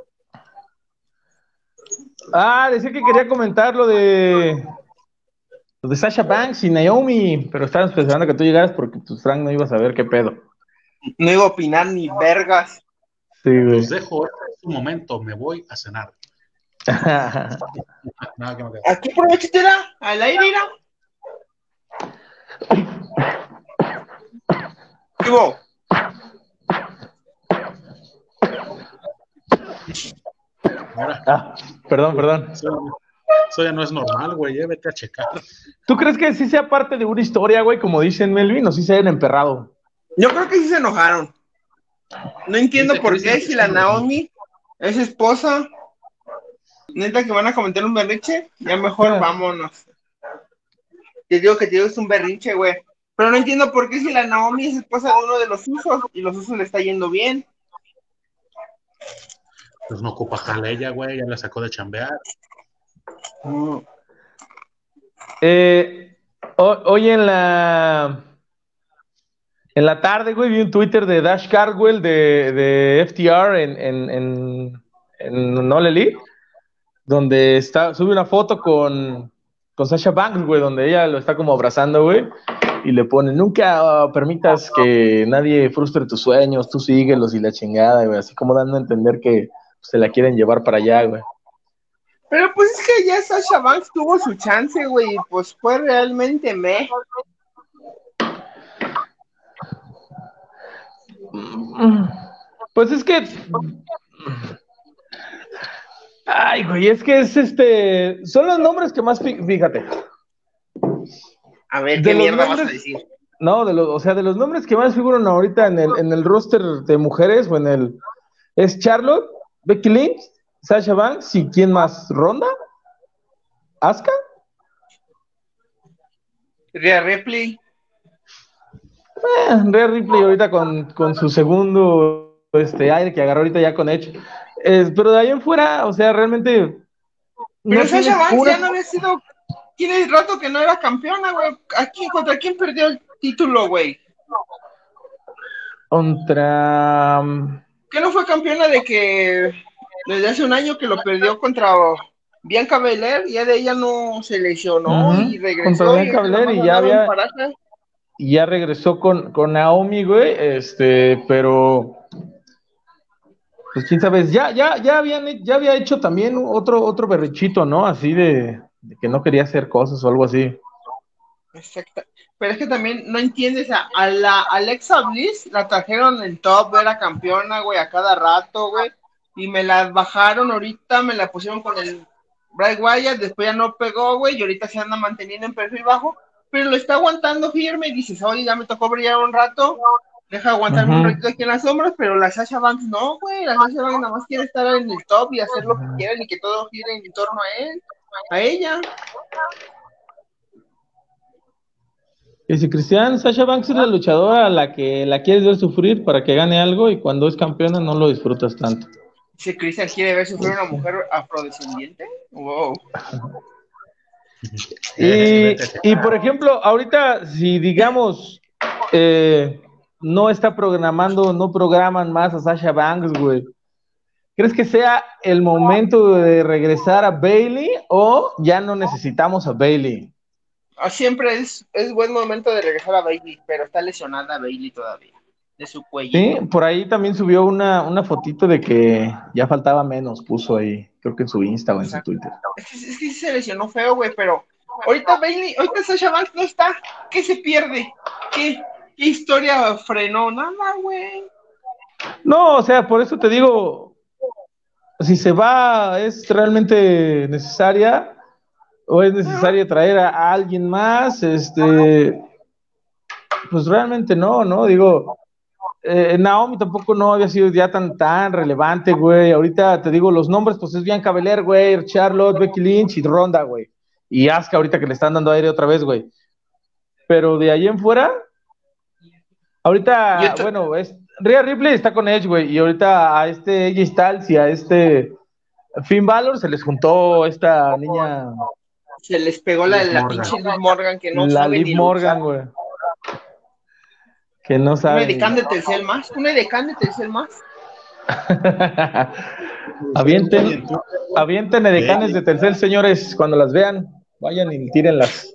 Decía que quería comentar lo de Sasha Banks y Naomi, pero estaban esperando que tú llegaras porque pues Frank no iba a saber qué pedo. No iba a opinar ni vergas. Sí, güey. Los dejo en un momento, me voy a cenar. Aquí aprovechate, al aire, irá. Vivo. Perdón. Eso ya no es normal, güey, vete a checar. ¿Tú crees que sí sea parte de una historia, güey, como dicen Melvin, o sí se hayan emperrado? Yo creo que sí se enojaron. No entiendo por qué, si la Naomi es esposa, neta que van a cometer un berrinche, ya mejor vámonos. Te digo que es un berrinche, güey. Pero no entiendo por qué, si la Naomi es esposa de uno de los Usos y los Usos le está yendo bien. Pues no ocupa jale ella, güey, ya la sacó de chambear. Hoy en la tarde, güey, vi un Twitter de Dash Cardwell de FTR en All Elite, donde sube una foto con Sasha Banks, güey, donde ella lo está como abrazando, güey, y le pone, nunca permitas que nadie frustre tus sueños, tú síguelos y la chingada, güey, así como dando a entender que se la quieren llevar para allá, güey. Pero pues es que ya Sasha Banks tuvo su chance, güey, pues fue realmente Pues es que... Ay, güey, es que son los nombres que más, fíjate. A ver, ¿qué mierda vas a decir? No, de los nombres que más figuran ahorita en el roster de mujeres, o es Charlotte, Becky Lynch, Sasha Banks, y ¿quién más? ¿Ronda? ¿Asuka? Rhea Ripley. Rhea Ripley ahorita con su segundo aire que agarró ahorita ya con Edge. Pero de ahí en fuera, o sea, realmente... Pero Sasha Banks ya no había sido... Tiene rato que no era campeona, güey. ¿Contra quién perdió el título, güey? Contra... ¿Qué no fue campeona de que... Desde hace un año que lo perdió contra Bianca Belair? Ya de ella no se lesionó y regresó. Contra Bianca Belair y ya regresó con Naomi, güey, pero... Pues quién sabe, ya había hecho también otro berrichito, ¿no? Así de que no quería hacer cosas o algo así. Exacto. Pero es que también no entiendes, a la Alexa Bliss la trajeron en top, era campeona, güey, a cada rato, güey, y me la bajaron ahorita, me la pusieron con el Bray Wyatt, después ya no pegó, güey, y ahorita se anda manteniendo en perfil bajo, pero lo está aguantando firme, y dices, oye, ya me tocó brillar un rato, deja aguantarme un ratito aquí en las sombras, pero la Sasha Banks no, güey, la Sasha Banks nada más quiere estar en el top y hacer lo que quieren y que todo gire en torno a ella. Que si Cristian, Sasha Banks es la luchadora a la que la quieres ver sufrir para que gane algo y cuando es campeona no lo disfrutas tanto. Si Cristian quiere ver sufrir a una mujer afrodescendiente, wow. Y por ejemplo, ahorita, si digamos, no está programando, no programan más a Sasha Banks, güey. ¿Crees que sea el momento de regresar a Bailey o ya no necesitamos a Bailey? Siempre es buen momento de regresar a Bailey, pero está lesionada Bailey todavía, de su Sí, cuellito. por ahí también subió una fotito de que ya faltaba menos, puso ahí, creo que en su Insta o en su Exacto. Twitter. Es que sí se lesionó feo, güey, pero ahorita Sasha Banks no está. ¿Qué se pierde? ¿Qué historia frenó? Nada, güey. No, o sea, por eso te digo, si se va, ¿es realmente necesaria? ¿O es necesario traer a alguien más? Pues realmente no, ¿no? Digo, Naomi tampoco no había sido ya tan relevante, güey. Ahorita te digo los nombres, pues es Bianca Belair, güey, Charlotte, Becky Lynch y Ronda, güey. Y Asuka ahorita que le están dando aire otra vez, güey. Pero de ahí en fuera, ahorita, bueno, Rhea Ripley está con Edge, güey. Y ahorita a AJ Styles y a Finn Balor se les juntó esta niña. Se les pegó la pinche Liv Morgan que no la sabe Liv ni Morgan, luchar. güey. Que no sabe. ¿Una edecán de Telcel más? ¿Una edecán de Telcel más? Avienten edecanes de Telcel, señores, cuando las vean, vayan y tírenlas.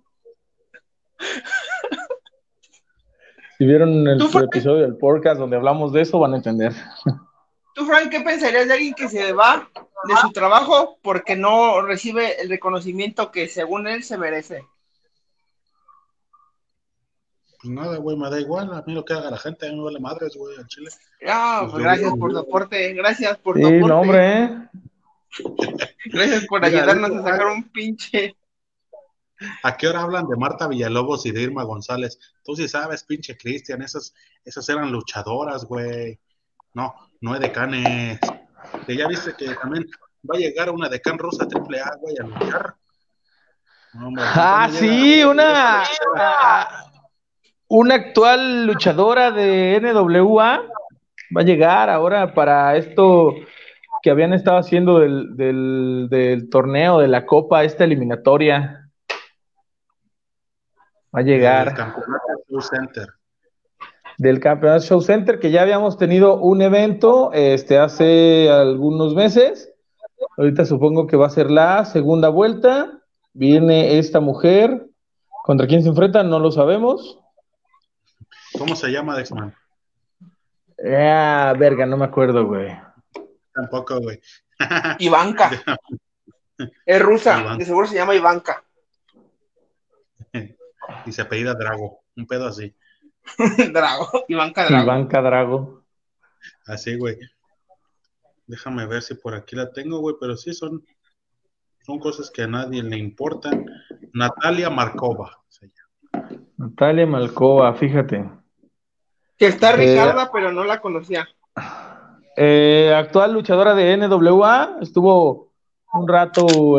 Si vieron el episodio del podcast donde hablamos de eso, van a entender. ¿Tú, Frank, qué pensarías de alguien que se va de su trabajo porque no recibe el reconocimiento que según él se merece? Pues nada, güey, me da igual, a mí lo que haga la gente, a mí me vale madres, güey, al chile. Pues gracias por tu aporte, gracias por tu Sí, aporte. no, hombre, Gracias por ayudarnos a sacar un pinche. ¿A qué hora hablan de Marta Villalobos y de Irma González? Tú sí sabes, pinche Cristian, esas eran luchadoras, güey. No edecanes. Que ya viste que también va a llegar una edecán rusa AAA, güey, a luchar. No, hombre, sí, una actual luchadora de NWA va a llegar ahora para esto que habían estado haciendo del torneo, de la copa, esta eliminatoria. Va a llegar. Del Campeonato Show Center. Del Campeonato Show Center, que ya habíamos tenido un evento hace algunos meses. Ahorita supongo que va a ser la segunda vuelta. Viene esta mujer. ¿Contra quién se enfrenta? No lo sabemos. ¿Cómo se llama, Dexman? Verga, no me acuerdo, güey. Tampoco, güey. Ivanka. Es rusa, de seguro se llama Ivanka. Y se apellida Drago, un pedo así. Ivanka Drago. Ivanka Drago. Así, güey. Déjame ver si por aquí la tengo, güey, pero sí son cosas que a nadie le importan. Natalia Markova. Natalia Markova, fíjate. Que está Ricarda, pero no la conocía. Actual luchadora de NWA, estuvo un rato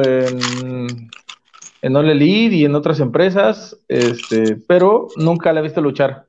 en All Elite y en otras empresas, pero nunca la he visto luchar.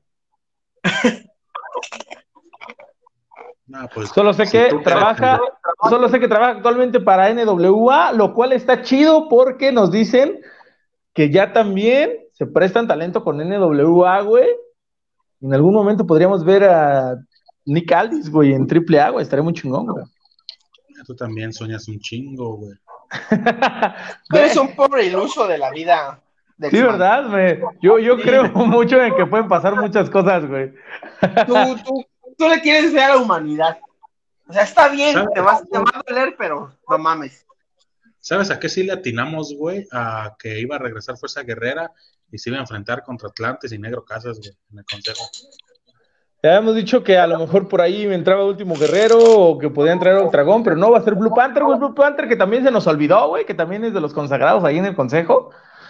No, pues, solo sé que trabaja actualmente para NWA, lo cual está chido porque nos dicen que ya también se prestan talento con NWA, güey. En algún momento podríamos ver a Nick Aldis, güey, en AAA, güey, estaría muy chingón, güey. Tú también sueñas un chingo, güey. Tú eres un pobre iluso de la vida. Sí, ¿verdad, güey? Yo creo mucho en que pueden pasar muchas cosas, güey. Tú le quieres ver a la humanidad. O sea, está bien, te va a doler, pero no mames. ¿Sabes a qué sí le atinamos, güey? A que iba a regresar Fuerza Guerrera y se iba a enfrentar contra Atlantis y Negro Casas, güey, en el consejo. Ya habíamos dicho que a lo mejor por ahí me entraba Último Guerrero o que podían traer al Dragón, pero no, va a ser Blue Panther, güey. Blue Panther, que también se nos olvidó, güey, que también es de los consagrados ahí en el consejo.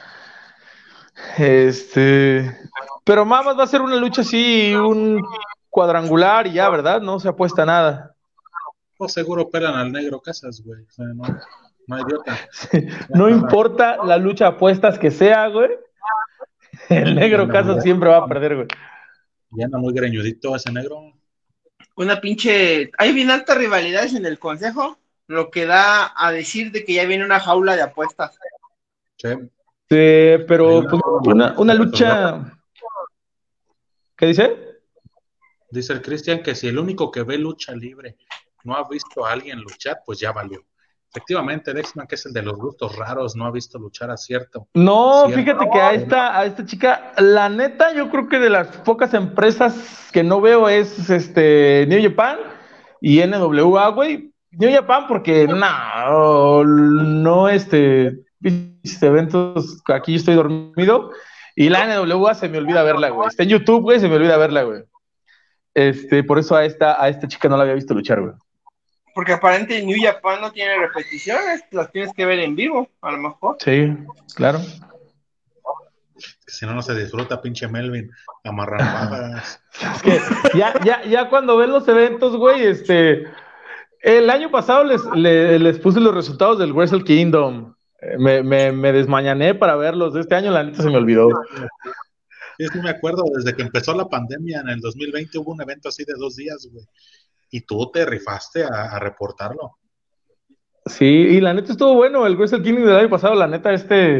Pero más va a ser una lucha así, un cuadrangular y ya, ¿verdad? No se apuesta nada. Pues seguro pelan al Negro Casas, güey. O sea, no hay idiota. Sí. No importa la lucha de apuestas que sea, güey. El Ya negro anda muy, caso siempre va a perder, güey. ya anda muy greñudito ese negro. Una pinche. Hay bien altas rivalidades en el consejo, lo que da a decir de que ya viene una jaula de apuestas. Sí. Hay Pero una pues, sola una resolver. lucha. ¿Qué dice? Dice el Cristian que si el único que ve lucha libre no ha visto a alguien luchar, pues ya valió. Efectivamente, Dexman, que es el de los gustos raros, no ha visto luchar a No, cierto. fíjate que a esta chica, la neta, yo creo que de las pocas empresas que no veo es New Japan y NWA, güey. New Japan porque no, mis eventos, aquí yo estoy dormido y la NWA se me olvida verla, güey. Está en YouTube, güey, se me olvida verla, güey. Por eso a esta chica no la había visto luchar, güey. Porque aparentemente New Japan no tiene repeticiones, las tienes que ver en vivo, a lo mejor. Sí, claro. Que si no, no se disfruta, pinche Melvin, amarranavajas. Es que ya cuando ven los eventos, güey, el año pasado les puse los resultados del Wrestle Kingdom. Me desmañané para verlos. Este año, la neta, se me olvidó. Sí, sí me acuerdo, desde que empezó la pandemia en el 2020 hubo un evento así de 2 días, güey. Y tú te rifaste a reportarlo. Sí, y la neta estuvo bueno. El Wrestle Kingdom del año pasado, la neta,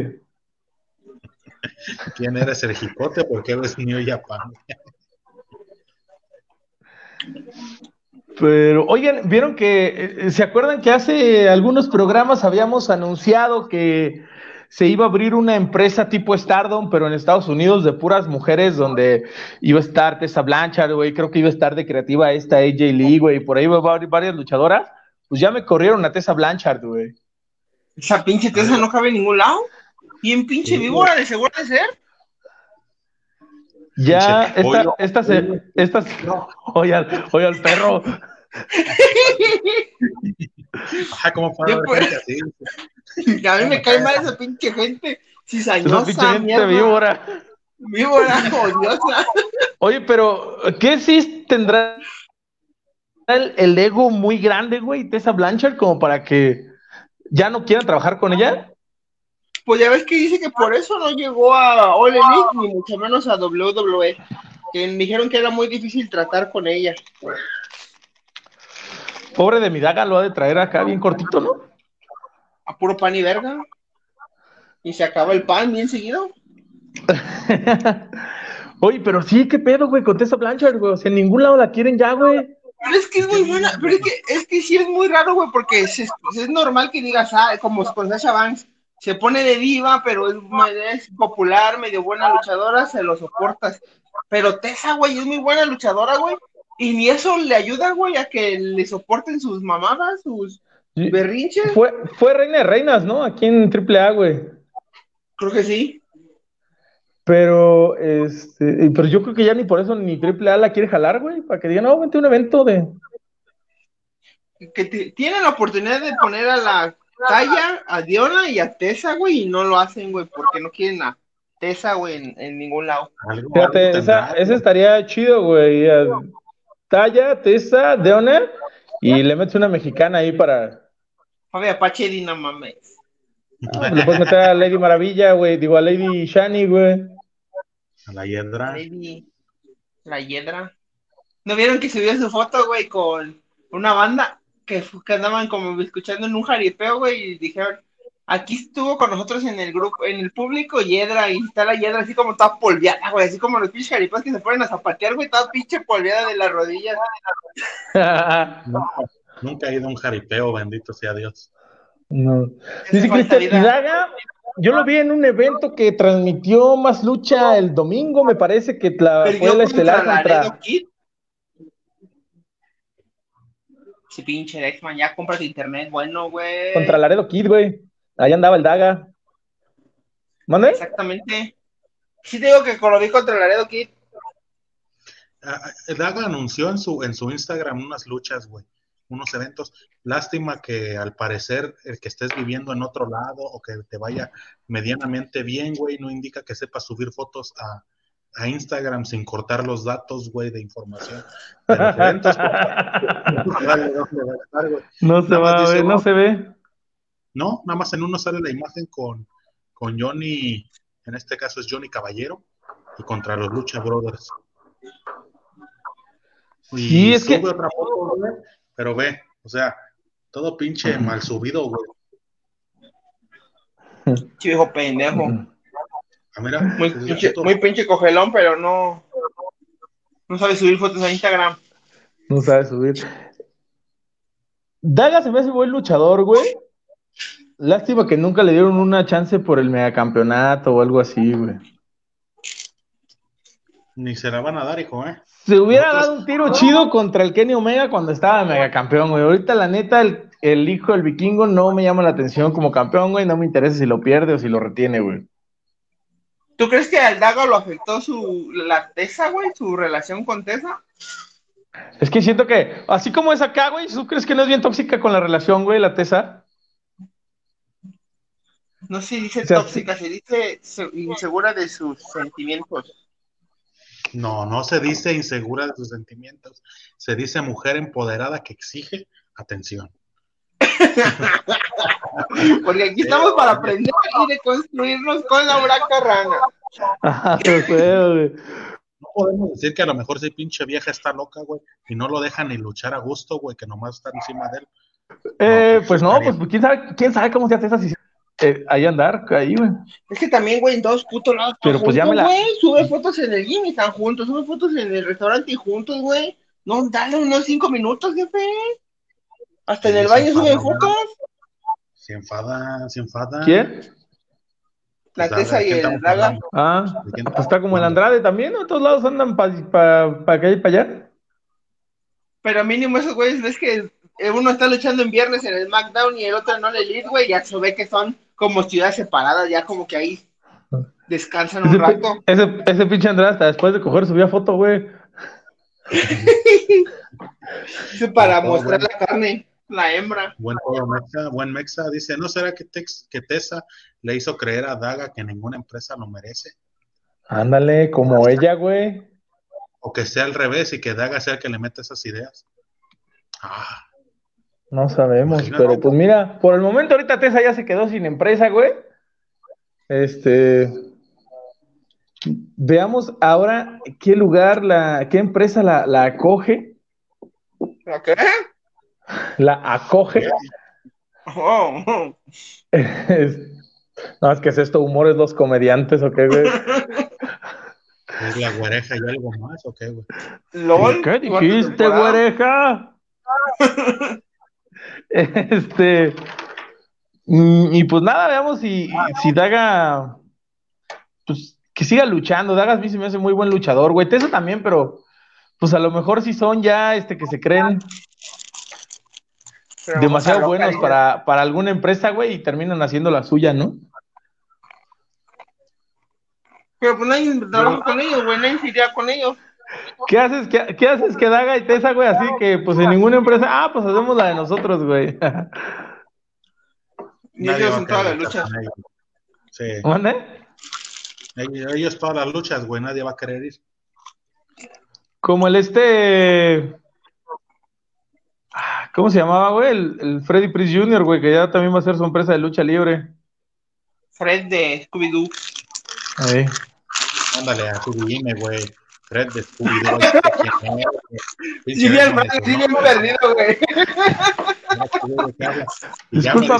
¿Quién eres el jicote? ¿Por qué ves New Japan? Pero, oigan, ¿vieron se acuerdan que hace algunos programas habíamos anunciado que se iba a abrir una empresa tipo Stardom, pero en Estados Unidos de puras mujeres, donde iba a estar Tessa Blanchard, güey, creo que iba a estar de creativa esta AJ Lee, güey, por ahí iba a haber varias luchadoras, pues ya me corrieron a Tessa Blanchard, güey. Esa pinche Tessa no cabe en ningún lado. Bien pinche Sí, güey, víbora de seguro de ser. pinche Ya, pollo. oye al perro. Ajá, ¿cómo puede Yo, haber pues, gente así? a mí ¿Cómo me me cae cae mal esa? esa pinche gente Esa pinche cizañosa, gente mierda, víbora. víbora, odiosa. Oye, pero ¿qué sí tendrá el ego muy grande, güey, Tessa Blanchard, como para que ya no quieran trabajar con ella? Pues ya ves que dice que por eso no llegó a All Elite, ni mucho menos a WWE. Que me dijeron que era muy difícil tratar con ella. Pobre de mi daga, lo ha de traer acá bien cortito, ¿no? A puro pan y verga. Y se acaba el pan bien seguido. Oye, pero sí, qué pedo, güey, con Tessa Blanchard, güey. O sea, en ningún lado la quieren ya, güey. Pero es que es muy buena, pero es que sí es muy raro, güey, porque es normal que digas, como con Sasha Banks, se pone de diva, pero es popular, medio buena luchadora, se lo soportas. Pero Tessa, güey, es muy buena luchadora, güey, y ni eso le ayuda, güey, a que le soporten sus mamadas, sus berrinches. Fue reina de reinas, ¿no? Aquí en AAA, güey. Creo que sí. Pero yo creo que ya ni por eso ni AAA la quiere jalar, güey, para que digan, no, vente a un evento de. Que tienen la oportunidad de poner a la Taya, a Diona y a Tessa, güey, y no lo hacen, güey, porque no quieren a Tessa, güey, en ningún lado. Algo Fíjate, esa, tendrá. ese estaría chido, güey. Talla, Tessa, Deoner, y le metes una mexicana ahí para. Fabi Apache Dina mames. Le puedes meter a Lady Maravilla, güey. Digo, a Lady Shani, güey. A la hiedra. Lady, la Hiedra. ¿No vieron que subió su foto, güey, con una banda que andaban como escuchando en un jaripeo, güey, y dijeron, aquí estuvo con nosotros en el grupo, en el público Hiedra, y está la Hiedra así como toda polveada, güey, así como los pinches jaripeos que se ponen a zapatear, güey, toda pinche polveada de las rodillas. Nunca he ido a un jaripeo, bendito sea Dios. No. Esa Dice falta Cristian, vida. y Daga, yo lo vi en un evento que transmitió Más Lucha el domingo, me parece que fue Perdió la contra estelar Laredo Kid. Sí, pinche X-Man, ya compras internet, bueno, contra güey. Laredo Kid, güey. Ahí andaba el Daga. ¿Mande? Exactamente. Sí te digo que lo vi contra Laredo Kid. Daga anunció en su Instagram unas luchas, güey, unos eventos. Lástima que al parecer el que estés viviendo en otro lado o que te vaya medianamente bien, güey, no indica que sepas subir fotos a Instagram sin cortar los datos, güey, de información de los eventos. Vale, ¿dónde va a estar, güey? No se Nada más va a dice, ver, no se ve. no, nada más en uno sale la imagen con Johnny, en este caso es Johnny Caballero, y contra los Lucha Brothers. Sí, Y es sube que otra foto, güey, pero ve, o sea, todo pinche mal subido, güey. Chico pendejo. Ah, mira, Muy esa pinche, foto. muy pinche cogelón, pero no sabe subir fotos a Instagram. no sabe subir. Daga se me hace buen luchador, güey. Lástima que nunca le dieron una chance por el megacampeonato o algo así, güey. Ni se la van a dar, hijo, ¿eh? Se hubiera Nosotros, dado un tiro chido contra el Kenny Omega cuando estaba megacampeón, güey. Ahorita, la neta, el hijo del vikingo no me llama la atención como campeón, güey. No me interesa si lo pierde o si lo retiene, güey. ¿Tú crees que al Daga lo afectó la Tessa, güey? ¿Su relación con Tessa? Es que siento que, así como es acá, güey, ¿tú crees que no es bien tóxica con la relación, güey, la Tessa? No se dice O sea, sí. tóxica, se dice insegura de sus sentimientos. no se dice insegura de sus sentimientos, se dice mujer empoderada que exige atención. Porque aquí estamos para aprender y reconstruirnos con Laura Carrana. Ajá, lo sé, güey. No podemos decir que a lo mejor si pinche vieja está loca, güey, y no lo deja ni luchar a gusto, güey, que nomás está encima de él. Pues no, pues quién sabe cómo se hace esa si ahí andar, ahí, güey. Es que también, güey, en todos putos lados están Pero pues ya juntos, güey. Sube fotos en el gym y están juntos. Sube fotos en el restaurante y juntos, güey. No, dale unos 5 minutos, jefe. Hasta en el baño suben fotos. Se enfada. ¿Quién? La Tessa y el Daga. Hablando? Pues está como el Andrade también, ¿no? A todos lados andan para acá y para allá. Pero mínimo esos güeyes, ves que uno está luchando en viernes en el SmackDown y el otro no le Elite, güey. Ya se ve que son como ciudades separadas, ya como que ahí descansan un rato. Ese pinche Andrade hasta después de coger subía foto, güey. Eso para mostrar la carne, la hembra. Buen Mexa, dice, ¿no será que Tessa le hizo creer a Daga que ninguna empresa lo merece? Ándale, como ella, güey. O que sea al revés y que Daga sea el que le mete esas ideas. No sabemos, Imagínate. pero pues mira, por el momento ahorita Tessa ya se quedó sin empresa, güey. Veamos ahora qué qué empresa la acoge. ¿La qué? La acoge. Oh. No, es que es esto, humores los comediantes, ¿o qué, güey? ¿Es la güereja y algo más o qué, güey? ¿LOL? ¿Qué dijiste, güereja? Y pues nada, veamos si Daga, pues que siga luchando. Daga a mí se me hace muy buen luchador, güey. Tessa también, pero pues a lo mejor si son ya que se creen pero demasiado buenos para alguna empresa, güey, y terminan haciendo la suya, ¿no? Pero pues nadie trabaja con ellos, güey, nadie se iría con ellos. ¿Qué haces que Daga y Tessa, güey? Así que, pues en ninguna empresa, pues hacemos la de nosotros, güey. Y ellos en todas las luchas. Sí. ¿Mande? Ellos todas las luchas, güey, nadie va a querer ir. Como ¿cómo se llamaba, güey? El Freddy Prinze Jr., güey, que ya también va a ser su empresa de lucha libre. Fred de Scooby-Doo. Ahí. Ándale, a Scooby-Doo, güey. Fred de Scooby-Doo. Sí, bien perdido, güey. Disculpa,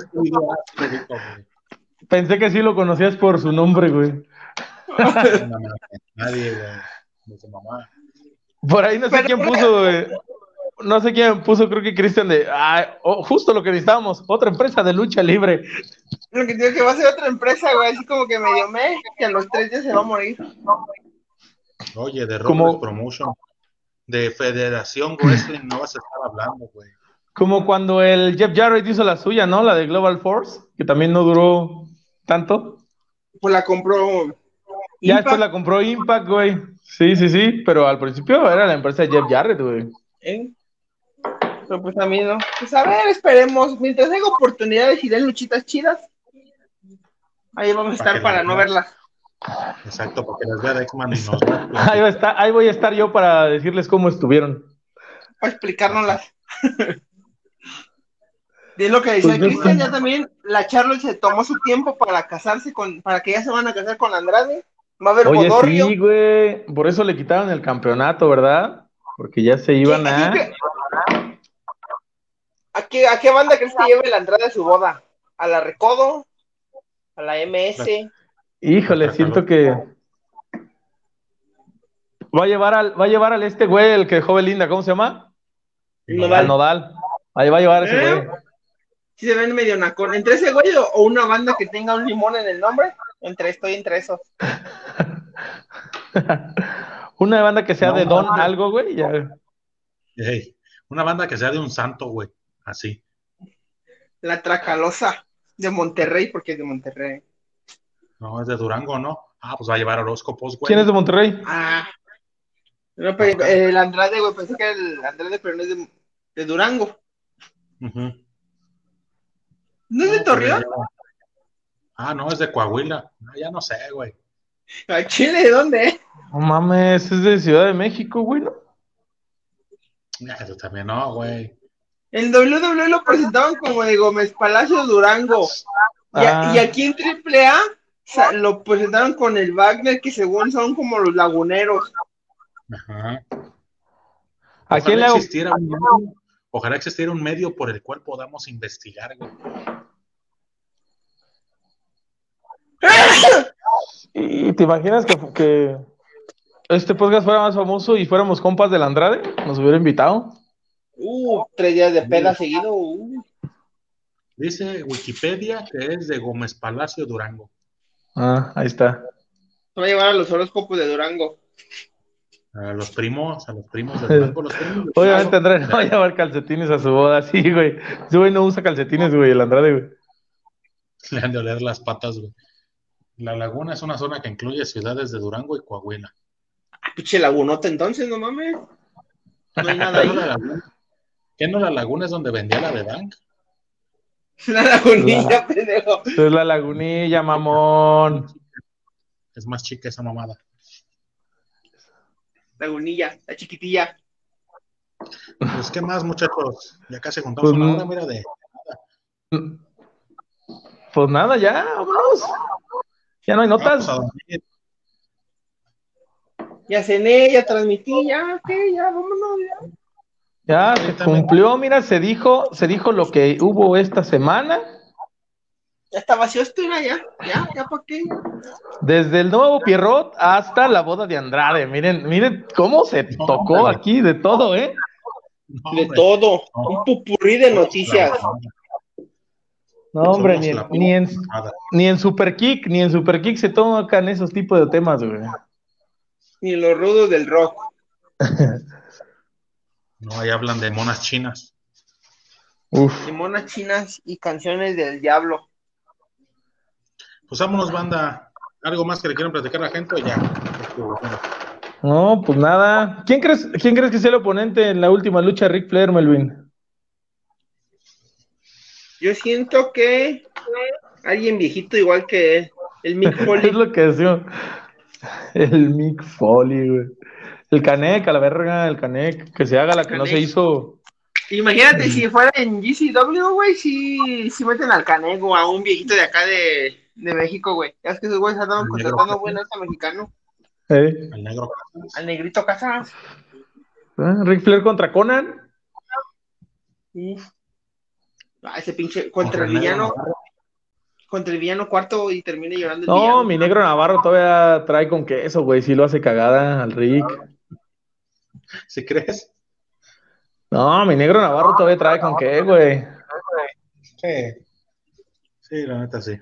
pensé que sí lo conocías por su nombre, güey. Nadie, güey. De su mamá. Por ahí no sé quién puso, güey. No sé quién puso, creo que Cristian justo lo que necesitábamos, otra empresa de lucha libre. Lo que digo que va a ser otra empresa, güey, así como que medio que a los 3 días se va a morir. Oye, de Robles Promotion, de Federación Wrestling no vas a estar hablando, güey. Como cuando el Jeff Jarrett hizo la suya, ¿no? La de Global Force, que también no duró tanto. Pues la compró ya después la compró Impact, güey. Sí, pero al principio era la empresa de Jeff Jarrett, güey. Pero pues a mí no. Pues a ver, esperemos. Mientras haya oportunidades y den luchitas chidas, ahí vamos a estar para no verlas. Exacto, porque las vea Deckman y nos ahí voy a estar yo para decirles cómo estuvieron. Para explicárnoslas. Y es lo que decía Cristian, ya también la Charlotte se tomó su tiempo para casarse para que ya se van a casar con Andrade. Va a haber Oye, bodorrio. sí, güey. Por eso le quitaron el campeonato, ¿verdad? Porque ya se iban a. ¿A qué banda crees que lleve la entrada de su boda? ¿A la Recodo? ¿A la La, MS? la Híjole, siento Tracalosa. que va a llevar al este güey, el que dejó Belinda, ¿cómo se llama? Al Nodal. Nodal. Nodal. Ahí va a llevar ese ¿Eh? güey. Si se ven medio nacón. ¿Entre ese güey o una banda que tenga un limón en el nombre? Estoy entre esos. Una banda que sea No, de Don algo, güey. Ya. ey, una banda que sea de un santo, güey. Así. La Tracalosa de Monterrey, porque es de Monterrey. No, es de Durango, ¿no? Ah, pues va a llevar horóscopos, ¿Quién es de güey. Monterrey? Ah, no, Acá. el Andrade, güey, pensé que era el Andrade, pero no es de Durango. Ujú. ¿No es de No, pues ya Torreón? lleva. Ah, no, es de Coahuila. No, ya no sé, güey. ¿A Chile de dónde? No mames, es de Ciudad de México, güey, ¿no? Eso también no, güey. En WWE lo presentaban como de Gómez Palacio Durango. Y Ah, aquí en AAA lo presentaron con el Wagner, que según son como los laguneros. Ajá. ¿a quién Ojalá le hago? existiera un medio, ojalá existiera un medio por el cual podamos investigar, güey. ¿Y te imaginas que este podcast fuera más famoso y fuéramos compas del Andrade? Nos hubiera invitado. 3 días de Mira, peda seguido. dice Wikipedia que es de Gómez Palacio, Durango. Ah, ahí está. Se va a llevar a los horóscopos de Durango. A los primos de Durango, los primos de Obviamente Durango. Andrade no va a llevar calcetines a su boda, sí, güey. Ese güey no usa calcetines, güey, el Andrade, güey. Le han de oler las patas, güey. La Laguna es una zona que incluye ciudades de Durango y Coahuila. Pinche lagunota, entonces, no mames. No hay nada ¿Qué no ahí. la Laguna? ¿Qué no la Laguna es donde vendía la de Bank? La La, lagunilla, pendejo. es la lagunilla, mamón. Es más chica esa mamada. Lagunilla, la chiquitilla. Pues, ¿qué más, muchachos? Ya casi contamos Pues, una hora, mira, de. pues nada, ya, vámonos. Ya no hay Ah, pues a notas. dormir. Ya cené, ya transmití, ya, ok, ya, vámonos, ya. Ya Ahí se también. cumplió, mira, se dijo lo que hubo esta semana. Ya está vacío esto, ya, ya, ¿para qué? Ya. Desde el nuevo Pierrot hasta la boda de Andrade. Miren, miren cómo se No, hombre, tocó güey. aquí de todo, ¿eh? No, De hombre. todo, No, un pupurrí de somos la noticias. mamada. No, hombre, Somos la mamada. ni en Super Kick se tocan esos tipos de temas, güey. Ni los rudos del rock. No, ahí hablan de monas chinas. Uf. De monas chinas y canciones del diablo. Pues vámonos, banda. ¿Algo más que le quieran platicar a la gente o ya? No, pues nada. ¿Quién crees que sea el oponente en la última lucha de Ric Flair, Melvin? Yo siento que alguien viejito igual que el Mick Es Foley. lo que decimos. El Mick Foley, güey. El Canek, a la verga, el Canek. Que se haga la que no se hizo. Imagínate si fuera en GCW, güey, si meten al Canego, a un viejito de acá de México, güey. Ya es que esos güeyes andaban Al negro contratando buen Casas. alta mexicano. Al negro Casas. Al negrito Casas. Ric Flair contra Conan. Uf. Ese pinche, Contra el negro Navarro. contra el villano cuarto y termina llorando el No, villano. mi negro Navarro todavía trae con queso, güey. Sí lo hace cagada al Rick. ¿Sí crees? No, mi negro Navarro todavía trae con qué, güey. Sí. Sí, la neta sí.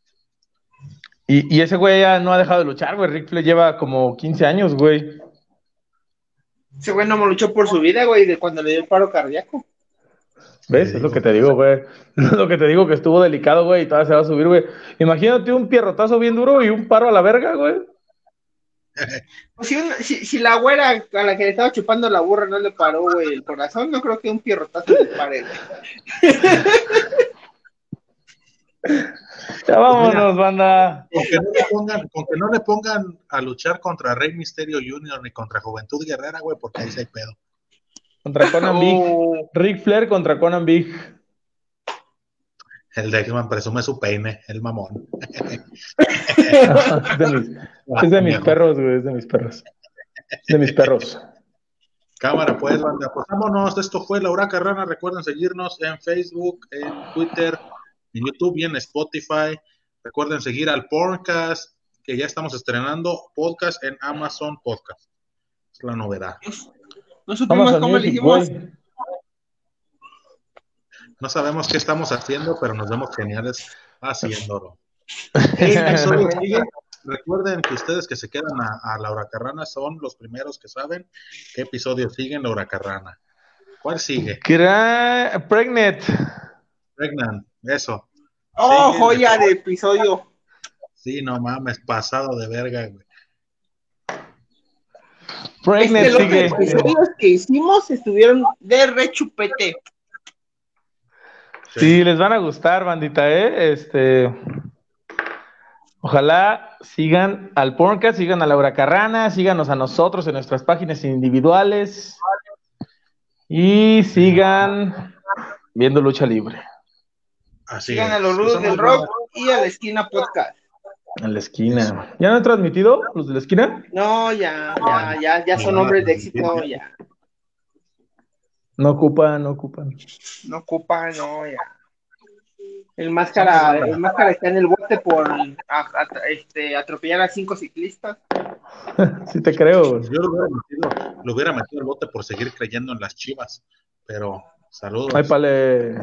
Y ese güey ya no ha dejado de luchar, güey. Rick Flair lleva como 15 años, güey. Ese güey no me luchó por su vida, güey, de cuando le dio el paro cardíaco. ¿Ves? Es lo que te digo, güey. Es lo que te digo, que estuvo delicado, güey, y todavía se va a subir, güey. Imagínate un pierrotazo bien duro y un paro a la verga, güey. Pues si la güera a la que le estaba chupando la burra no le paró, güey, el corazón, no creo que un pierrotazo le pare, güey. Ya Pues mira, vámonos, banda. con que no le pongan a luchar contra Rey Misterio Jr. ni contra Juventud Guerrera, güey, porque ahí sí hay pedo. Contra Conan Big. Ric Flair contra Conan Big. El Dexman presume su peine, el mamón. Es de mis perros, güey, es de mis perros. De mis perros. Cámara, pues, banda, pues vámonos. Esto fue La Hora Carrana. Recuerden seguirnos en Facebook, en Twitter, en YouTube y en Spotify. Recuerden seguir al podcast, que ya estamos estrenando podcast en Amazon Podcast. Es la novedad. No supimos Amazon cómo le Music, hicimos. güey. No sabemos qué estamos haciendo, pero nos vemos geniales haciéndolo. Este episodio sigue. Recuerden que ustedes que se quedan a La Hora Carrana son los primeros que saben qué episodio sigue en La Hora Carrana. ¿Cuál sigue? Pregnant. Pregnant, eso. Oh, Sigue joya de episodio. Sí, no mames, pasado de verga, güey. Pregnant Los sigue. episodios que hicimos estuvieron de rechupete. Sí, les van a gustar, bandita, Ojalá sigan al podcast, sigan a Laura Carrana, síganos a nosotros en nuestras páginas individuales y sigan viendo lucha libre. Así Sigan es. a los Rudos del Rock y a la Esquina Podcast. En la esquina. ¿Ya no han transmitido los de la esquina? No, ya son hombres de éxito, ya. No ocupan. No ocupa, no, ya. El máscara está en el bote por atropellar a 5 ciclistas. Sí te creo. Yo lo hubiera metido al bote por seguir creyendo en las Chivas, pero saludos. Ay, pale.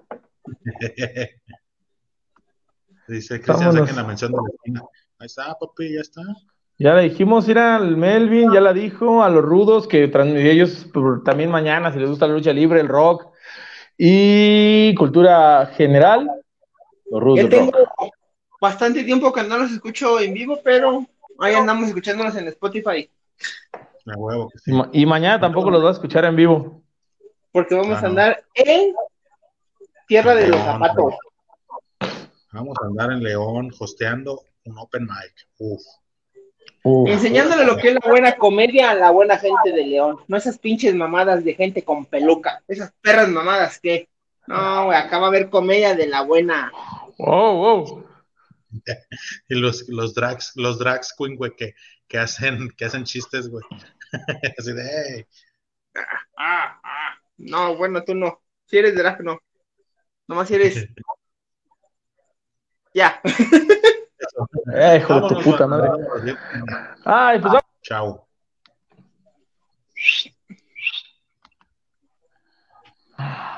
Dice Cristian, saquen la mención de la esquina. Ahí está, papi, ya está. Ya le dijimos ir al Melvin, ya la dijo, a los Rudos, que ellos también mañana, si les gusta la lucha libre, el rock y cultura general, los Rudos Ya del tengo rock. bastante tiempo que no los escucho en vivo, pero ahí andamos escuchándolos en Spotify. A huevo que sí. Y mañana tampoco los va a escuchar en vivo. Porque vamos a andar en Tierra de los Zapatos. Vamos a andar en León hosteando un open mic. Uf. Enseñándole lo que es la buena comedia a la buena gente de León. No esas pinches mamadas de gente con peluca. Esas perras mamadas que... No, güey, acá va a haber comedia de la buena. Wow. Y los drags queen, güey, que hacen chistes, güey. Así de, hey. No, bueno, tú no. Si eres drag, no. Nomás si eres... Ya. Hijo de tu puta madre. Ay, pues vamos. Chao.